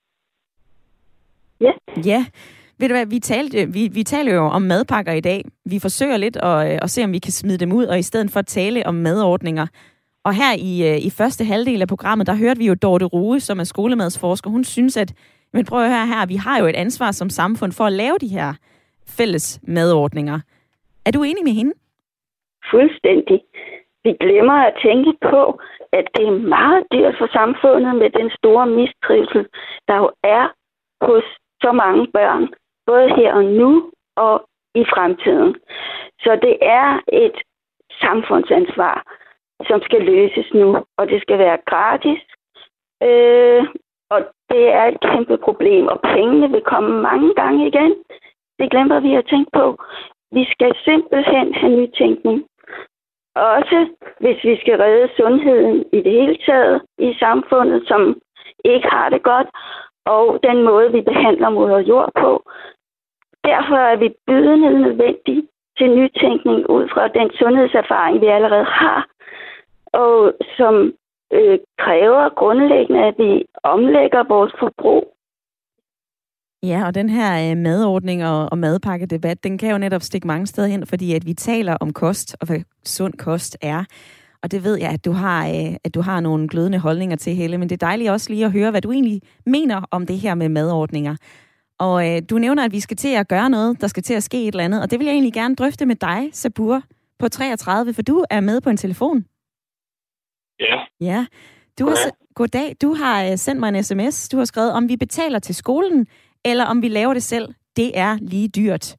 Ja. Ja. Ved du hvad, vi, talte, vi, vi taler jo om madpakker i dag. Vi forsøger lidt at, at se, om vi kan smide dem ud, og i stedet for at tale om madordninger. Og her i, i første halvdel af programmet, der hørte vi jo Dorte Rue, som er skolemadsforsker. Hun synes, at men prøv at høre her, vi har jo et ansvar som samfund for at lave de her fælles madordninger. Er du enig med hende? Fuldstændig. Vi glemmer at tænke på, at det er meget dyrt for samfundet med den store mistrivsel, der jo er hos så mange børn, både her og nu og i fremtiden. Så det er et samfundsansvar, som skal løses nu, og det skal være gratis. Øh, og det er et kæmpe problem, og pengene vil komme mange gange igen. Det glemmer vi at tænke på. Vi skal simpelthen have nytænkning. Også hvis vi skal redde sundheden i det hele taget i samfundet, som ikke har det godt, og den måde, vi behandler moder jord på. Derfor er vi bydende nødvendige til nytænkning ud fra den sundhedserfaring, vi allerede har, og som øh, kræver grundlæggende, at vi omlægger vores forbrug. Ja, og den her øh, madordning og, og madpakkedebat, den kan jo netop stikke mange steder hen, fordi at vi taler om kost, og hvad sund kost er. Og det ved jeg, at du har, øh, at du har nogle glødende holdninger til, Helle, men det er dejligt også lige at høre, hvad du egentlig mener om det her med madordninger. Og øh, du nævner, at vi skal til at gøre noget, der skal til at ske et eller andet, og det vil jeg egentlig gerne drøfte med dig, Sabur, på treogtredive, for du er med på en telefon. Ja. Ja. Du har, goddag. Du har sendt mig en sms. Du har skrevet, om vi betaler til skolen, eller om vi laver det selv. Det er lige dyrt.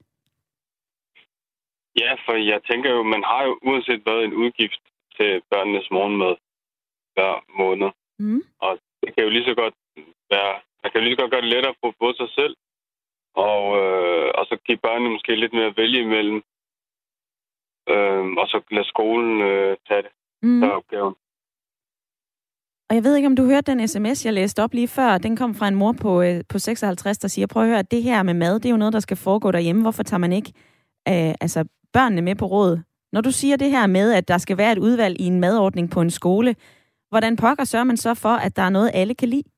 Ja, for jeg tænker jo, man har jo uanset hvad en udgift til børnenes morgenmad hver måned. Mm. Og det kan jo lige så godt være, man kan jo lige så godt gøre det lettere for både sig selv, og, øh, og så give børnene måske lidt mere at vælge imellem, øh, og så lade skolen øh, tage det. Mm. Der opgaven. Og jeg ved ikke, om du hørte den sms, jeg læste op lige før. Den kom fra en mor på, øh, på seksoghalvtreds, der siger, prøv at høre, at det her med mad, det er jo noget, der skal foregå derhjemme. Hvorfor tager man ikke øh, altså børnene med på råd? Når du siger det her med, at der skal være et udvalg i en madordning på en skole, hvordan pokker sørger man så for, at der er noget, alle kan lide?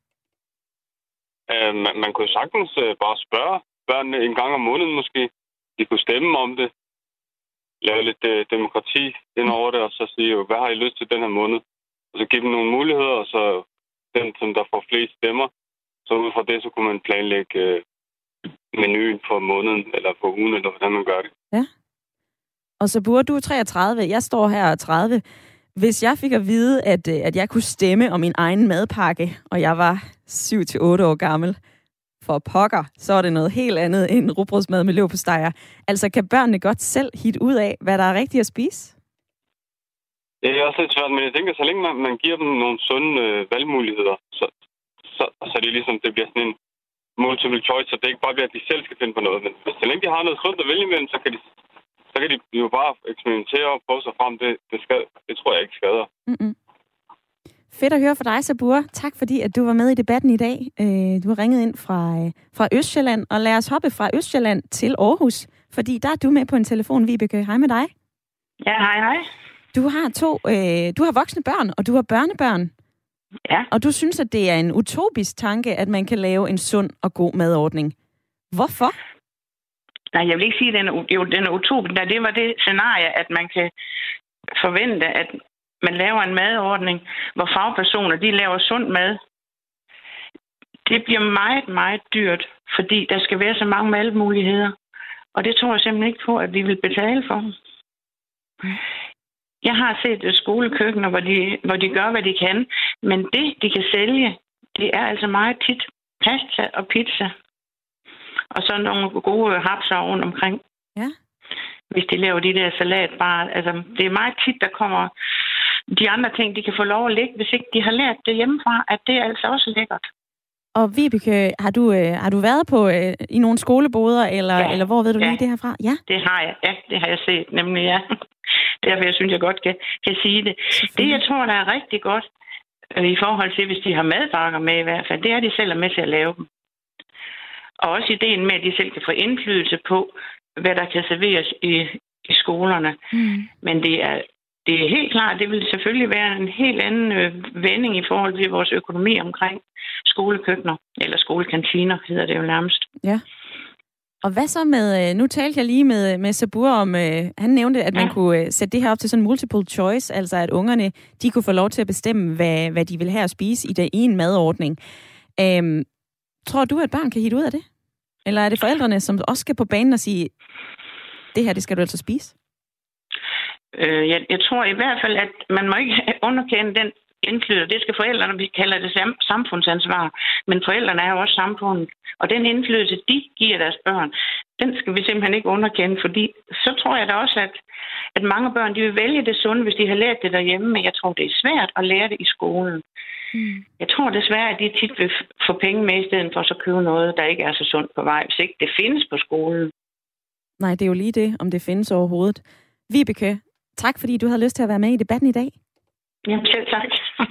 Uh, man, man kunne sagtens uh, bare spørge børnene en gang om måneden måske. De kunne stemme om det. Lave lidt uh, demokrati ind over det, og så sige, hvad har I lyst til den her måned? Og så give dem nogle muligheder, og så den, som der får flest stemmer, så ud fra det, så kunne man planlægge uh, menuen for måneden, eller for ugen, eller hvordan man gør det. Ja. Og så burde du treogtredive, jeg står her og tredive. Hvis jeg fik at vide, at, at jeg kunne stemme om min egen madpakke, og jeg var syv til otte år gammel, for pokker, så er det noget helt andet end rugbrødsmad med leverpostejer. Altså, kan børnene godt selv hitte ud af, hvad der er rigtigt at spise? Det er også lidt svært, men jeg tænker, så længe man, man giver dem nogle sunde øh, valgmuligheder, så, så, så er det ligesom, det bliver sådan en multiple choice, så det er ikke bare ved, at de selv skal finde på noget. Men så længe de har noget sundt at vælge imellem, så kan de så kan de jo bare eksperimentere og prøve sig frem. Det, det, skal, det tror jeg ikke skader. Mm-mm. Fedt at høre fra dig, Sabur. Tak fordi, at du var med i debatten i dag. Du har ringet ind fra, fra Østjylland, og lad os hoppe fra Østjylland til Aarhus, fordi der er du med på en telefon, Vibeke. Hej med dig. Ja, hej, hej. Du har to, øh, du har voksne børn, og du har børnebørn. Ja. Og du synes, at det er en utopisk tanke, at man kan lave en sund og god madordning. Hvorfor? Nej, jeg vil ikke sige, at den er, jo, den er utopisk. Det var det scenarie, at man kan forvente, at man laver en madordning, hvor fagpersoner, de laver sund mad. Det bliver meget, meget dyrt, fordi der skal være så mange madmuligheder. Og det tror jeg simpelthen ikke på, at vi vil betale for. Jeg har set skolekøkkener, hvor de, hvor de gør, hvad de kan. Men det, de kan sælge, det er altså meget tit pasta og pizza. Og så nogle gode hapser rundt omkring. Ja. Hvis de laver de der salatbar. Altså, det er meget tit, der kommer de andre ting, de kan få lov at ligge, hvis ikke de har lært det hjemmefra, at det er altså også lækkert. Og Vibeke, har du, øh, har du været på øh, i nogle skoleboder, eller, ja. eller hvor ved du ja. lige det herfra? Ja, det har jeg. Ja, det har jeg set, nemlig ja. Derfor jeg synes, jeg godt kan, kan sige det. Det, jeg tror, der er rigtig godt øh, i forhold til, hvis de har madpakker med i hvert fald, det er, at de selv er med til at lave dem. Og også ideen med, at de selv kan få indflydelse på, hvad der kan serveres i, i skolerne. Mm. Men det er, det er helt klart, det vil selvfølgelig være en helt anden øh, vending i forhold til vores økonomi omkring skolekøkkener, eller skolekantiner hedder det jo nærmest. Ja. Og hvad så med, nu talte jeg lige med, med Sabur om, øh, han nævnte, at man ja. kunne sætte det her op til sådan multiple choice, altså at ungerne, de kunne få lov til at bestemme, hvad, hvad de vil have at spise i, der, i en madordning. Øhm, tror du, at børn kan hitte ud af det? Eller er det forældrene, som også skal på banen og sige, det her, det skal du altså spise? Øh, jeg, jeg tror i hvert fald, at man må ikke underkende den indflydelse. Det skal forældrene, vi kalder det samfundsansvar. Men forældrene er jo også samfundet. Og den indflydelse, de giver deres børn, den skal vi simpelthen ikke underkende, fordi så tror jeg da også, at, at mange børn, de vil vælge det sunde, hvis de har lært det derhjemme, men jeg tror, det er svært at lære det i skolen. Mm. Jeg tror desværre, at de tit vil få penge med, i stedet for så købe noget, der ikke er så sundt på vej, hvis ikke det findes på skolen. Nej, det er jo lige det, om det findes overhovedet. Vibeke, tak fordi du havde lyst til at være med i debatten i dag. Jamen selv tak.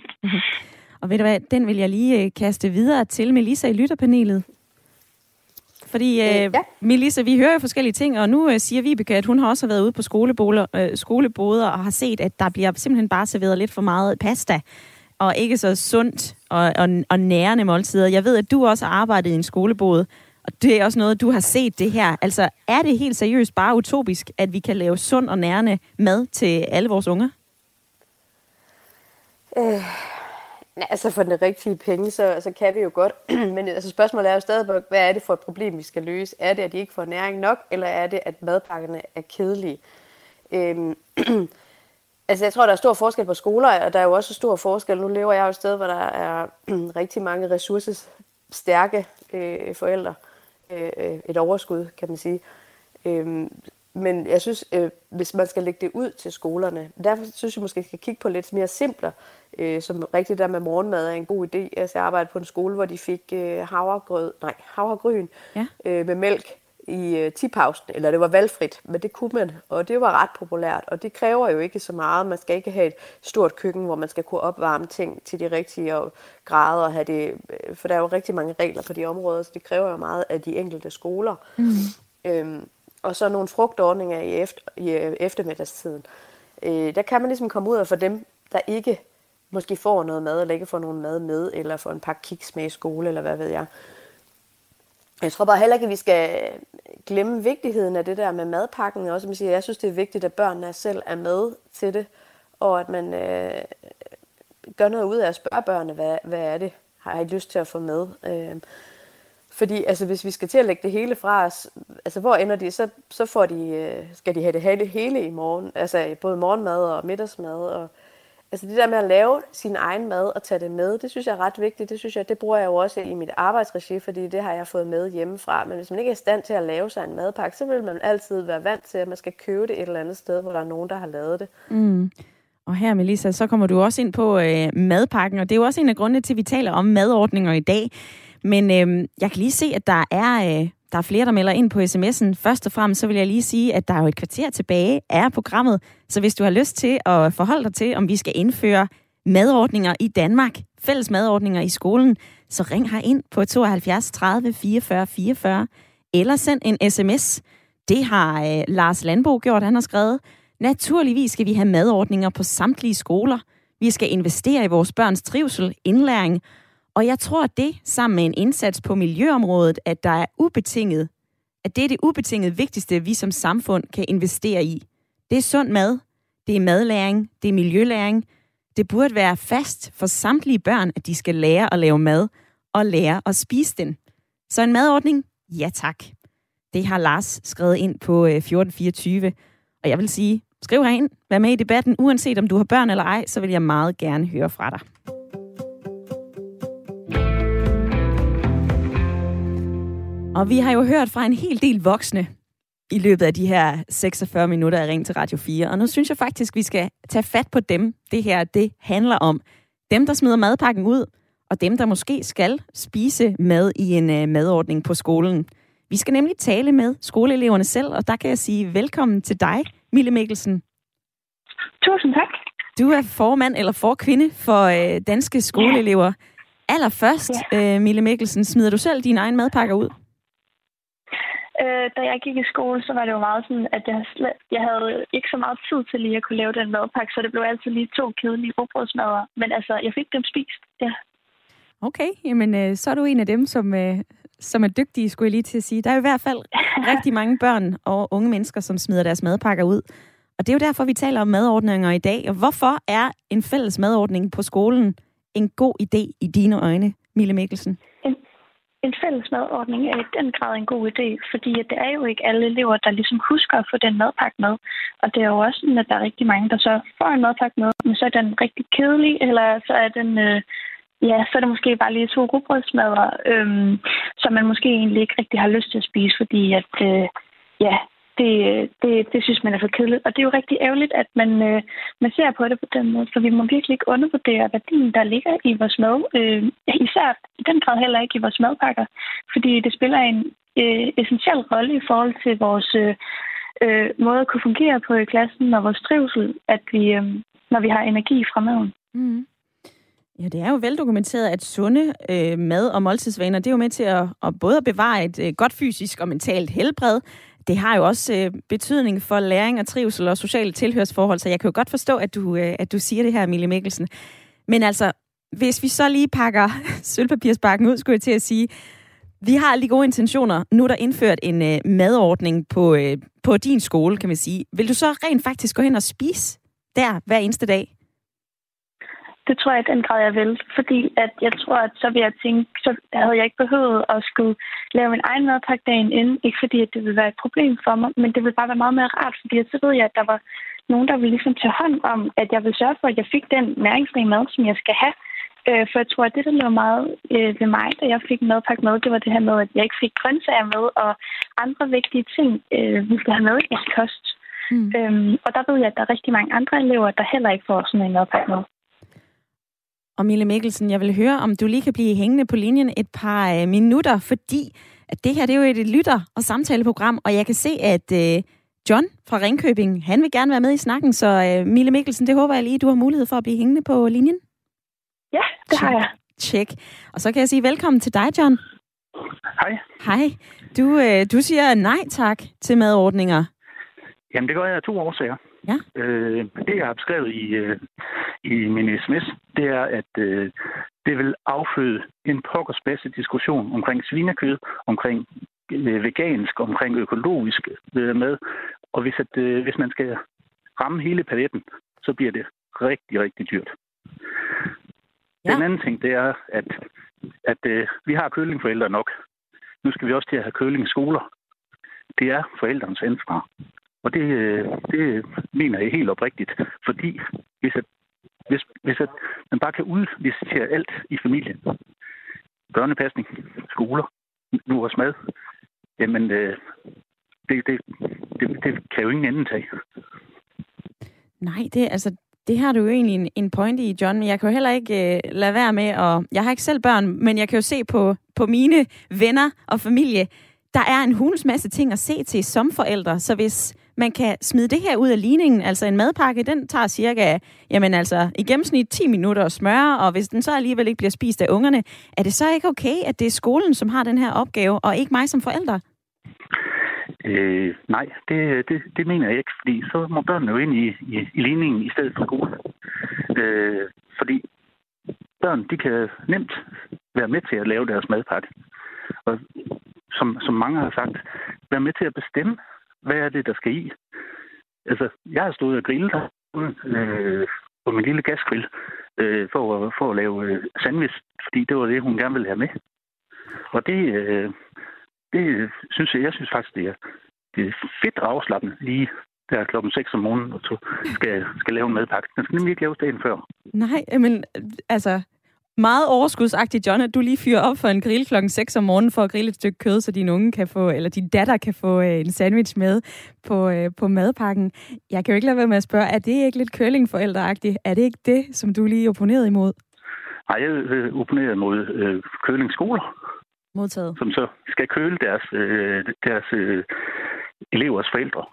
Og ved du hvad, den vil jeg lige kaste videre til Melissa i lytterpanelet. Fordi, øh, ja. Melissa, vi hører jo forskellige ting, og nu øh, siger Vibeke, at hun har også været ude på skoleboder, øh, skoleboder og har set, at der bliver simpelthen bare serveret lidt for meget pasta, og ikke så sundt og, og, og nærende måltider. Jeg ved, at du også har arbejdet i en skolebod, Og det er også noget, du har set det her. Altså, er det helt seriøst bare utopisk, at vi kan lave sund og nærende mad til alle vores unger? Øh, altså for den rigtige penge, så, så kan vi jo godt. Men altså, spørgsmålet er jo stadig, hvad er det for et problem, vi skal løse? Er det, at de ikke får næring nok, eller er det, at madpakkerne er kedelige? Øhm, altså jeg tror, der er stor forskel på skoler, og der er jo også stor forskel. Nu lever jeg jo et sted, hvor der er rigtig mange ressourcestærke øh, forældre. Øh, et overskud, kan man sige. Øh, men jeg synes, øh, hvis man skal lægge det ud til skolerne, derfor synes jeg måske, at vi skal kigge på lidt mere simplere, øh, som rigtigt der med morgenmad er en god idé. Altså jeg arbejdede på en skole, hvor de fik øh, havregrød, nej, havregryn ja. øh, med mælk i øh, tipausen, eller det var valgfrit, men det kunne man, og det var ret populært, og det kræver jo ikke så meget. Man skal ikke have et stort køkken, hvor man skal kunne opvarme ting til de rigtige grader, og have det, for der er jo rigtig mange regler på de områder, så det kræver jo meget af de enkelte skoler. Mm. Øhm, og så nogle frugtordninger i, efter, i eftermiddagstiden. Øh, der kan man ligesom komme ud af for dem, der ikke måske får noget mad, eller ikke får nogen mad med, eller får en pakke kiks med i skole, eller hvad ved jeg. Jeg tror bare heller ikke, at vi skal glemme vigtigheden af det der med madpakken. Også, som siger, jeg synes, det er vigtigt, at børnene selv er med til det, og at man øh, gør noget ud af at spørge børnene, hvad, hvad er det, har I lyst til at få med? Øh, fordi altså, hvis vi skal til at lægge det hele fra os, altså hvor ender de, så, så får de, øh, skal de have det hele, hele i morgen, altså både morgenmad og middagsmad, og altså det der med at lave sin egen mad og tage det med, det synes jeg er ret vigtigt. Det synes jeg, det bruger jeg jo også i mit arbejdsregi, fordi det har jeg fået med hjemmefra. Men hvis man ikke er i stand til at lave sig en madpakke, så vil man altid være vant til, at man skal købe det et eller andet sted, hvor der er nogen, der har lavet det. Mm. Og her, Melissa, så kommer du også ind på øh, madpakken, og det er jo også en af grundene til, at vi taler om madordninger i dag. Men øh, jeg kan lige se, at der er... Øh, Der er flere, der melder ind på sms'en. Først og fremmest så vil jeg lige sige, at der er jo et kvarter tilbage af programmet. Så hvis du har lyst til at forholde dig til, om vi skal indføre madordninger i Danmark, fælles madordninger i skolen, så ring her ind på tooghalvfjerds tredive fireogfyrre fireogfyrre, eller send en sms. Det har øh, Lars Landbo gjort, han har skrevet. Naturligvis skal vi have madordninger på samtlige skoler. Vi skal investere i vores børns trivsel, indlæring. Og jeg tror, at det, sammen med en indsats på miljøområdet, at der er ubetinget, at det er det ubetinget vigtigste, vi som samfund kan investere i. Det er sund mad, det er madlæring, det er miljølæring. Det burde være fast for samtlige børn, at de skal lære at lave mad og lære at spise den. Så en madordning? Ja tak. Det har Lars skrevet ind på fjorten fireogtyve. Og jeg vil sige, skriv herind, vær med i debatten, uanset om du har børn eller ej, så vil jeg meget gerne høre fra dig. Og vi har jo hørt fra en hel del voksne i løbet af de her seksogfyrre minutter af Ring til Radio fire. Og nu synes jeg faktisk, vi skal tage fat på dem, det her det handler om. Dem, der smider madpakken ud, og dem, der måske skal spise mad i en uh, madordning på skolen. Vi skal nemlig tale med skoleeleverne selv, og der kan jeg sige velkommen til dig, Mille Mikkelsen. Tusind tak. Du er formand eller forkvinde for uh, danske skoleelever. Ja. Allerførst, ja. uh, Mille Mikkelsen, smider du selv dine egne madpakker ud? Øh, da jeg gik i skole, så var det jo meget sådan, at jeg, slet, jeg havde ikke så meget tid til lige at kunne lave den madpakke, så det blev altid lige to kedelige rugbrødsmadder. Men altså, jeg fik dem spist, ja. Okay, jamen øh, så er du en af dem, som, øh, som er dygtige, skulle jeg lige til at sige. Der er jo i hvert fald rigtig mange børn og unge mennesker, som smider deres madpakker ud. Og det er jo derfor, vi taler om madordninger i dag. Og hvorfor er en fælles madordning på skolen en god idé i dine øjne, Mille Mikkelsen? En En fælles madordning er i den grad en god idé, fordi det er jo ikke alle elever, der ligesom husker at få den madpakke med. Og det er jo også sådan, at der er rigtig mange, der så får en madpakke med, men så er den rigtig kedelig, eller så er den, øh, ja, så er det måske bare lige to rugbrødsmadder, øh, som man måske egentlig ikke rigtig har lyst til at spise, fordi at, øh, ja, det, det, det synes man er for kedeligt. Og det er jo rigtig ærgerligt, at man, øh, man ser på det på den måde, for vi må virkelig ikke undervurdere værdien, der ligger i vores mad. Øh, især i den grad heller ikke i vores madpakker, fordi det spiller en øh, essentiel rolle i forhold til vores øh, øh, måde at kunne fungere på i klassen og vores trivsel, at vi, øh, når vi har energi fra maden. Mm. Ja, det er jo veldokumenteret, at sunde øh, mad- og måltidsvaner, det er jo med til at, at både at bevare et øh, godt fysisk og mentalt helbred. Det har jo også øh, betydning for læring og trivsel og sociale tilhørsforhold, så jeg kan jo godt forstå, at du, øh, at du siger det her, Mille Mikkelsen. Men altså, hvis vi så lige pakker sølvpapirsbakken ud, skulle jeg til at sige, Vi har lige gode intentioner. Nu er der indført en øh, madordning på, øh, på din skole, kan man sige. Vil du så rent faktisk gå hen og spise der hver eneste dag? Det tror jeg i den grad, jeg vil. Fordi at jeg tror, at så vil jeg tænke, så havde jeg ikke behøvet at skulle lave min egen madpakke dagen inden. Ikke fordi, at det ville være et problem for mig, men det ville bare være meget mere rart, fordi så ved jeg, at der var nogen, der ville ligesom tage hånd om, at jeg ville sørge for, at jeg fik den næringsrige mad, som jeg skal have. Øh, for jeg tror, at det, der lå meget øh, ved mig, da jeg fik en madpakke med, det var det her med, at jeg ikke fik grøntsager med, og andre vigtige ting, øh, vi skal have med i vores kost. Mm. Øhm, og der ved jeg, at der er rigtig mange andre elever, der heller ikke får sådan en madpakke med. Og Mille Mikkelsen, jeg vil høre, om du lige kan blive hængende på linjen et par øh, minutter, fordi at det her det er jo et lytter- og samtaleprogram, og jeg kan se, at øh, John fra Ringkøbing, han vil gerne være med i snakken, så øh, Mille Mikkelsen, det håber jeg lige, du har mulighed for at blive hængende på linjen. Ja, det har jeg. Tjek. Og så kan jeg sige velkommen til dig, John. Hej. Hej. Du, øh, du siger nej tak til madordninger. Jamen, det gør jeg af to årsager. Ja. Øh, det, jeg har beskrevet i, øh, i min sms, det er, at øh, det vil afføde en pokkers masse diskussion omkring svinekød, omkring øh, vegansk, omkring økologisk øh, mad. Og hvis, at, øh, hvis man skal ramme hele paletten, så bliver det rigtig, rigtig dyrt. Ja. Den anden ting, det er, at, at øh, vi har kølingforældre nok. Nu skal vi også til at have kølingsskoler. Det er forældrenes ansvar. Og det, det mener jeg helt oprigtigt, fordi hvis, at, hvis, hvis at man bare kan udlicitere alt i familien, børnepasning, skoler, nu også mad, jamen det, det, det, det, det kan jo ingen anden tage. Nej, det, altså, det har du jo egentlig en, en pointe i, John, men jeg kan jo heller ikke uh, lade være med at... Jeg har ikke selv børn, men jeg kan jo se på, på mine venner og familie, der er en hulens masse ting at se til som forældre, så hvis man kan smide det her ud af ligningen, altså en madpakke, den tager cirka, jamen altså, i gennemsnit ti minutter at smøre, og hvis den så alligevel ikke bliver spist af ungerne, er det så ikke okay, at det er skolen, som har den her opgave, og ikke mig som forælder? Øh, nej, det, det, det mener jeg ikke, fordi så må børnene jo ind i, i, i ligningen i stedet for skole. Øh, fordi børn, de kan nemt være med til at lave deres madpakke. Og som, som mange har sagt, være med til at bestemme, hvad er det, der skal i. Altså, jeg har stået og grillet øh, på min lille gasgrill øh, for, for at lave øh, sandwich, fordi det var det, hun gerne ville have med. Og det, øh, det synes jeg, jeg synes faktisk, det er, det er fedt og afslappende lige der klokken seks om morgenen, og så skal, skal lave en madpakke. Den skal nemlig ikke laves dagen før. Nej, men altså... Meget overskudsagtigt, John, at du lige fyrer op for en grill klokken seks om morgenen for at grille et stykke kød, så din unge kan få, eller din datter kan få en sandwich med på, på madpakken. Jeg kan jo ikke lade være med at spørge, er det ikke lidt curlingforældreagtigt? Er det ikke det, som du lige opponerede imod? Nej, jeg øh, opponerede mod øh, curlingskoler. Modtaget. Som så skal køle deres, øh, deres øh, elevers forældre.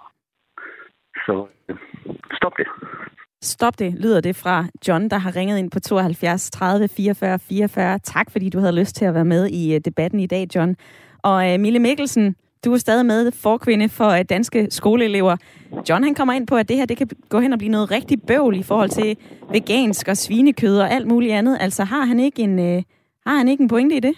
Så øh, stop det. Stop det, lyder det fra John, der har ringet ind på tooghalvfjerds tredive fireogfyrre fireogfyrre. Tak, fordi du havde lyst til at være med i debatten i dag, John. Og uh, Mille Mikkelsen, du er stadig med forkvinde for uh, danske skoleelever. John, han kommer ind på, at det her det kan gå hen og blive noget rigtig bøvl i forhold til vegansk og svinekød og alt muligt andet. Altså, har han ikke en, uh, har han ikke en pointe i det?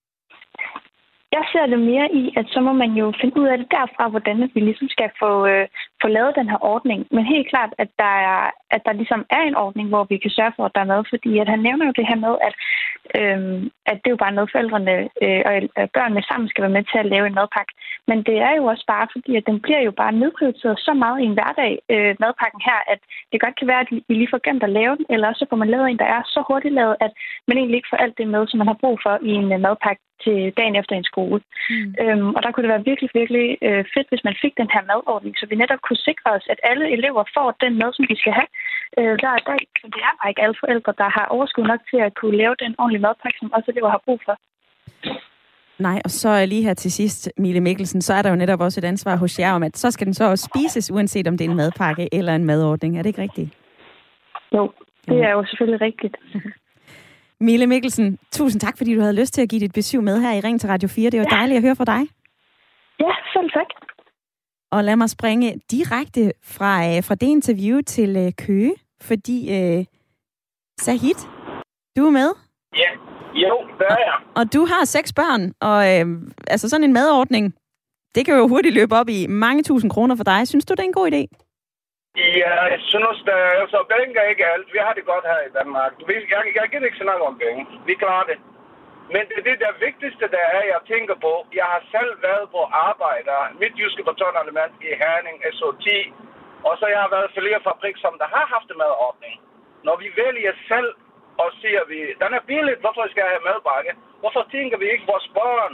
Jeg ser det mere i, at så må man jo finde ud af det derfra, hvordan vi ligesom skal få, øh, få lavet den her ordning. Men helt klart, at der, er, at der ligesom er en ordning, hvor vi kan sørge for, at der er mad. Fordi at han nævner jo det her med, at, øh, at det er jo bare noget, forældrene øh, og børnene sammen skal være med til at lave en madpakke. Men det er jo også bare fordi, at den bliver jo bare nedprioriteret så meget i en hverdag, øh, madpakken her, at det godt kan være, at vi lige får glemt at lave den, eller også så får man lavet en, der er så hurtigt lavet, at man egentlig ikke får alt det med, som man har brug for i en uh, madpakke til dagen efter en skole. Mm. Øhm, og der kunne det være virkelig, virkelig øh, fedt, hvis man fik den her madordning, så vi netop kunne sikre os, at alle elever får den mad, som de skal have. Øh, der er dag, så det er bare ikke alle forældre, der har overskud nok til at kunne lave den ordentlige madpakke, som også elever har brug for. Nej, og så lige her til sidst, Mille Mikkelsen, så er der jo netop også et ansvar hos jer om, at så skal den så også spises, uanset om det er en madpakke eller en madordning. Er det ikke rigtigt? Jo, det er jo selvfølgelig rigtigt. Mille Mikkelsen, tusind tak, fordi du havde lyst til at give dit besøg med her i Ring til Radio fire. Det var ja. dejligt at høre fra dig. Ja, selv tak. Og lad mig springe direkte fra, fra det interview til Køge, fordi uh, Sahid, du er med? Ja, Jo, det er jeg. Og, og du har seks børn, og øh, altså sådan en madordning, det kan jo hurtigt løbe op i mange tusind kroner for dig. Synes du, det er en god idé? Ja, jeg synes, det er, altså, penge er ikke alt. Vi har det godt her i Danmark. Jeg, jeg gider ikke snakke om penge. Vi klarer det. Men det er det der vigtigste, der er, jeg tænker på. Jeg har selv været på arbejde. Mit jyske betonaliment i Herning, S O ti. Og så jeg har været flere fabrik, som der har haft en madordning. Når vi vælger selv og siger, vi, den er billigt, hvorfor skal jeg have madbakke? Hvorfor tænker vi ikke vores børn?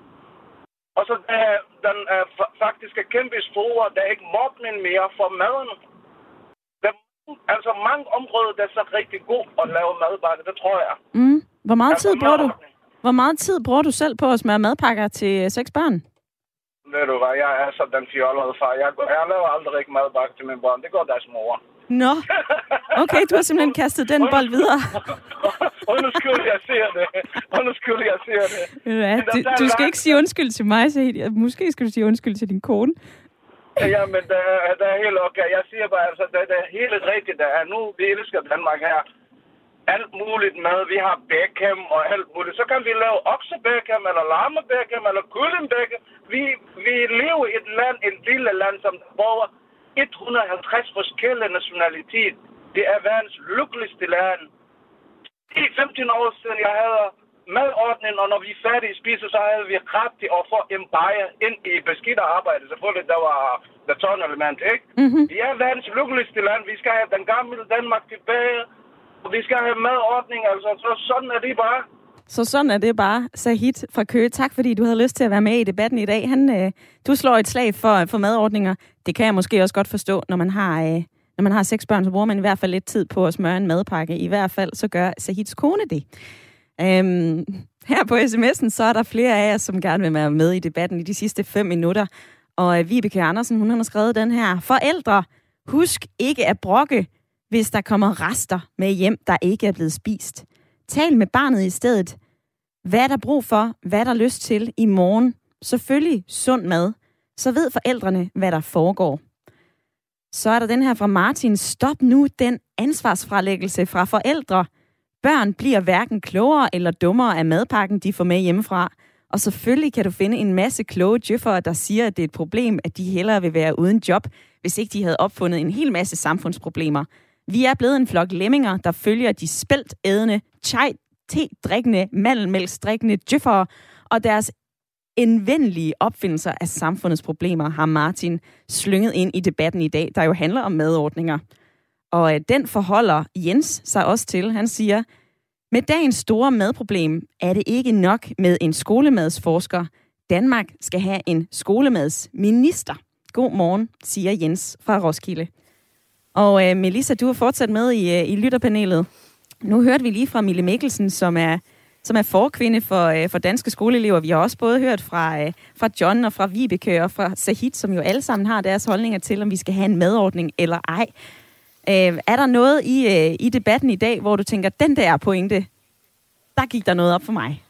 Og så der, den er faktisk er kæmpe stor, der er ikke mobning mere for maden. Der er altså mange områder, der er så rigtig god at lave madbakke, det tror jeg. Mm. Hvor meget altså, tid bruger du? Hvor meget tid bruger du selv på at smøre madpakker til seks børn? Ved du hvad, jeg er så den fjollede far. Jeg, jeg laver aldrig ikke madbakke til mine børn. Det går deres mor. Nå, okay, du har simpelthen kastet den bold videre. Undskyld, jeg siger det. Undskyld, jeg siger det. Ja, du, du skal ikke sige undskyld til mig, så måske skal du sige undskyld til din kone. Ja, men det er, det er helt okay. Jeg siger bare, altså, det, det er helt rigtigt, der er nu. Vi elsker Danmark her. Alt muligt mad. Vi har Beckham og alt muligt. Så kan vi lave okse-Beckham, eller lamme-Beckham, eller kylling-Beckham. Vi, vi lever i et land, et lille land, som bruger et hundrede og halvtreds forskellige nationalitet. Det er verdens lykkeligste land. I femten år siden, jeg havde madordning, og når vi er færdige at spise, så havde vi ret til at få en bajer ind i beskidt arbejde. Selvfølgelig, der var betonelement, ikke? Mm-hmm. Vi er verdens lykkeligste land. Vi skal have den gamle Danmark tilbage, og vi skal have madordning. Altså, så sådan er det bare. Så sådan er det bare. Sahid fra Køge, tak fordi du havde lyst til at være med i debatten i dag. Han, øh, du slår et slag for, for madordninger. Det kan jeg måske også godt forstå, når man har... Øh, Når man har seks børn, så bruger man i hvert fald lidt tid på at smøre en madpakke. I hvert fald så gør Sahids kone det. Øhm, her på sms'en, så er der flere af jer, som gerne vil være med i debatten i de sidste fem minutter. Og øh, Vibeke Andersen, hun har skrevet den her. Forældre, husk ikke at brokke, hvis der kommer rester med hjem, der ikke er blevet spist. Tal med barnet i stedet. Hvad er der brug for? Hvad er der lyst til i morgen? Selvfølgelig sund mad. Så ved forældrene, hvad der foregår. Så er der den her fra Martin. Stop nu den ansvarsfralæggelse fra forældre. Børn bliver hverken klogere eller dummere af madpakken, de får med hjemmefra. Og selvfølgelig kan du finde en masse kloge djøffere, der siger, at det er et problem, at de hellere vil være uden job, hvis ikke de havde opfundet en hel masse samfundsproblemer. Vi er blevet en flok lemminger, der følger de spæltædende, chai, te-drikkende, mandelmælksdrikkende djøffere og deres indvendelige opfindelser af samfundets problemer, har Martin slynget ind i debatten i dag, der jo handler om madordninger. Og øh, den forholder Jens sig også til. Han siger, med dagens store madproblem er det ikke nok med en skolemadsforsker. Danmark skal have en skolemadsminister. God morgen, siger Jens fra Roskilde. Og øh, Melissa, du har fortsat med i, øh, i lytterpanelet. Nu hørte vi lige fra Mille Mikkelsen, som er som er forkvinde for, øh, for danske skoleelever. Vi har også både hørt fra, øh, fra John og fra Vibeke og fra Sahid, som jo alle sammen har deres holdninger til, om vi skal have en madordning eller ej. Øh, er der noget i, øh, i debatten i dag, hvor du tænker, den der pointe, der gik der noget op for mig?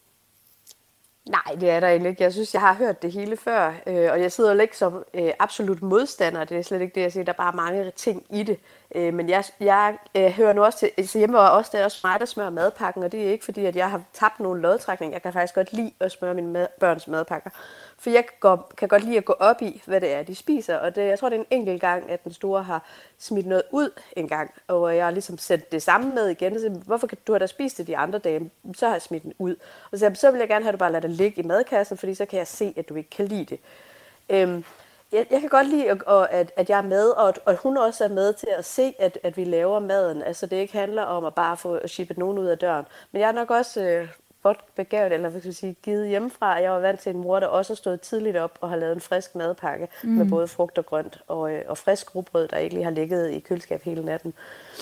Nej, det er der egentlig ikke. Jeg synes, jeg har hørt det hele før, øh, og jeg sidder jo ikke som øh, absolut modstander. Det er slet ikke det, jeg siger. Der er bare mange ting i det. Øh, men jeg, jeg øh, hører nu også til, altså hjemme og også, det er også mig, der smører madpakken, og det er ikke fordi, at jeg har tabt nogen lodtrækning. Jeg kan faktisk godt lide at smøre mine mad, børns madpakker. For jeg går, kan godt lide at gå op i, hvad det er, de spiser. Og det, jeg tror, det er en enkelt gang, at den store har smidt noget ud en gang. Og jeg har ligesom sendt det samme med igen. Så hvorfor kan du have da spist det de andre dage? Så har jeg smidt den ud. Og så, så vil jeg gerne have, at du bare lader det ligge i madkassen, fordi så kan jeg se, at du ikke kan lide det. Øhm, jeg, jeg kan godt lide, at, at, at jeg er med, og at, at hun også er med til at se, at, at vi laver maden. Altså det ikke handler om at bare få shippet nogen ud af døren. Men jeg er nok også... Øh, godt begavet, eller hvad skal jeg sige, givet hjemmefra. Jeg var vant til en mor, der også har stået tidligt op og har lavet en frisk madpakke mm. med både frugt og grønt og, og frisk rugbrød, der ikke lige har ligget i køleskab hele natten.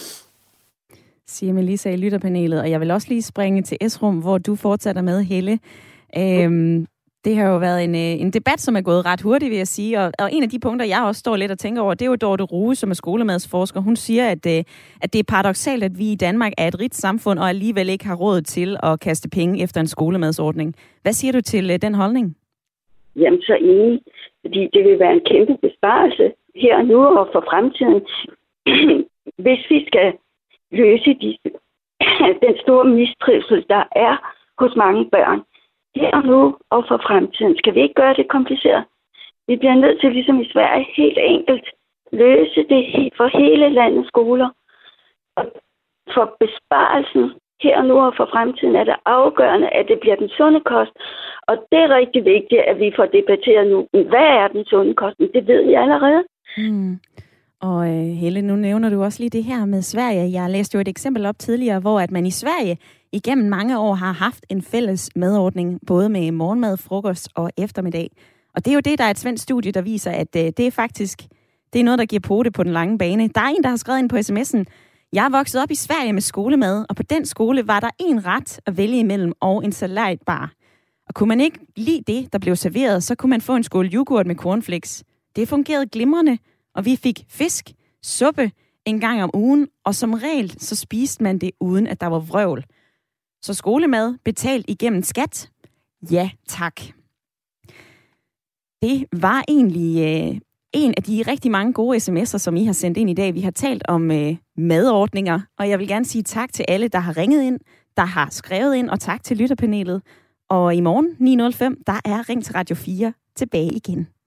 Siger Melissa i lytterpanelet, og jeg vil også lige springe til Esrum, hvor du fortsætter med, Helle. Øhm, det har jo været en, en debat, som er gået ret hurtigt, vil jeg sige, og, og en af de punkter, jeg også står lidt og tænker over, det er jo Dorte Rue, som er skolemadsforsker. Hun siger, at, at det er paradoksalt, at vi i Danmark er et rigt samfund, og alligevel ikke har råd til at kaste penge efter en skolemadsordning. Hvad siger du til den holdning? Jamen, så enig, fordi det vil være en kæmpe besparelse her og nu og for fremtiden. Hvis vi skal løse disse den store mistrivsel, der er hos mange børn. Her og nu og for fremtiden skal vi ikke gøre det kompliceret. Vi bliver nødt til, ligesom i Sverige, helt enkelt løse det for hele landets skoler. Og for besparelsen her og nu og for fremtiden er det afgørende, at det bliver den sunde kost. Og det er rigtig vigtigt, at vi får debatteret nu. Hvad er den sunde kost? Det ved vi allerede. Mm. Og øh, Helle, nu nævner du også lige det her med Sverige. Jeg læste jo et eksempel op tidligere, hvor at man i Sverige igennem mange år har haft en fælles madordning, både med morgenmad, frokost og eftermiddag. Og det er jo det, der er et svensk studie, der viser, at øh, det er faktisk det er noget, der giver pote på den lange bane. Der er en, der har skrevet ind på sms'en: jeg er vokset op i Sverige med skolemad, og på den skole var der en ret at vælge imellem og en salatbar. Og kunne man ikke lide det, der blev serveret, så kunne man få en skål yoghurt med cornflakes. Det fungerede glimrende, og vi fik fisk, suppe en gang om ugen, og som regel så spiste man det, uden at der var vrøvl. Så skolemad betalt igennem skat? Ja, tak. Det var egentlig øh, en af de rigtig mange gode sms'er, som I har sendt ind i dag. Vi har talt om øh, madordninger, og jeg vil gerne sige tak til alle, der har ringet ind, der har skrevet ind, og tak til lytterpanelet. Og i morgen ni nul fem, der er Ring til Radio fire tilbage igen.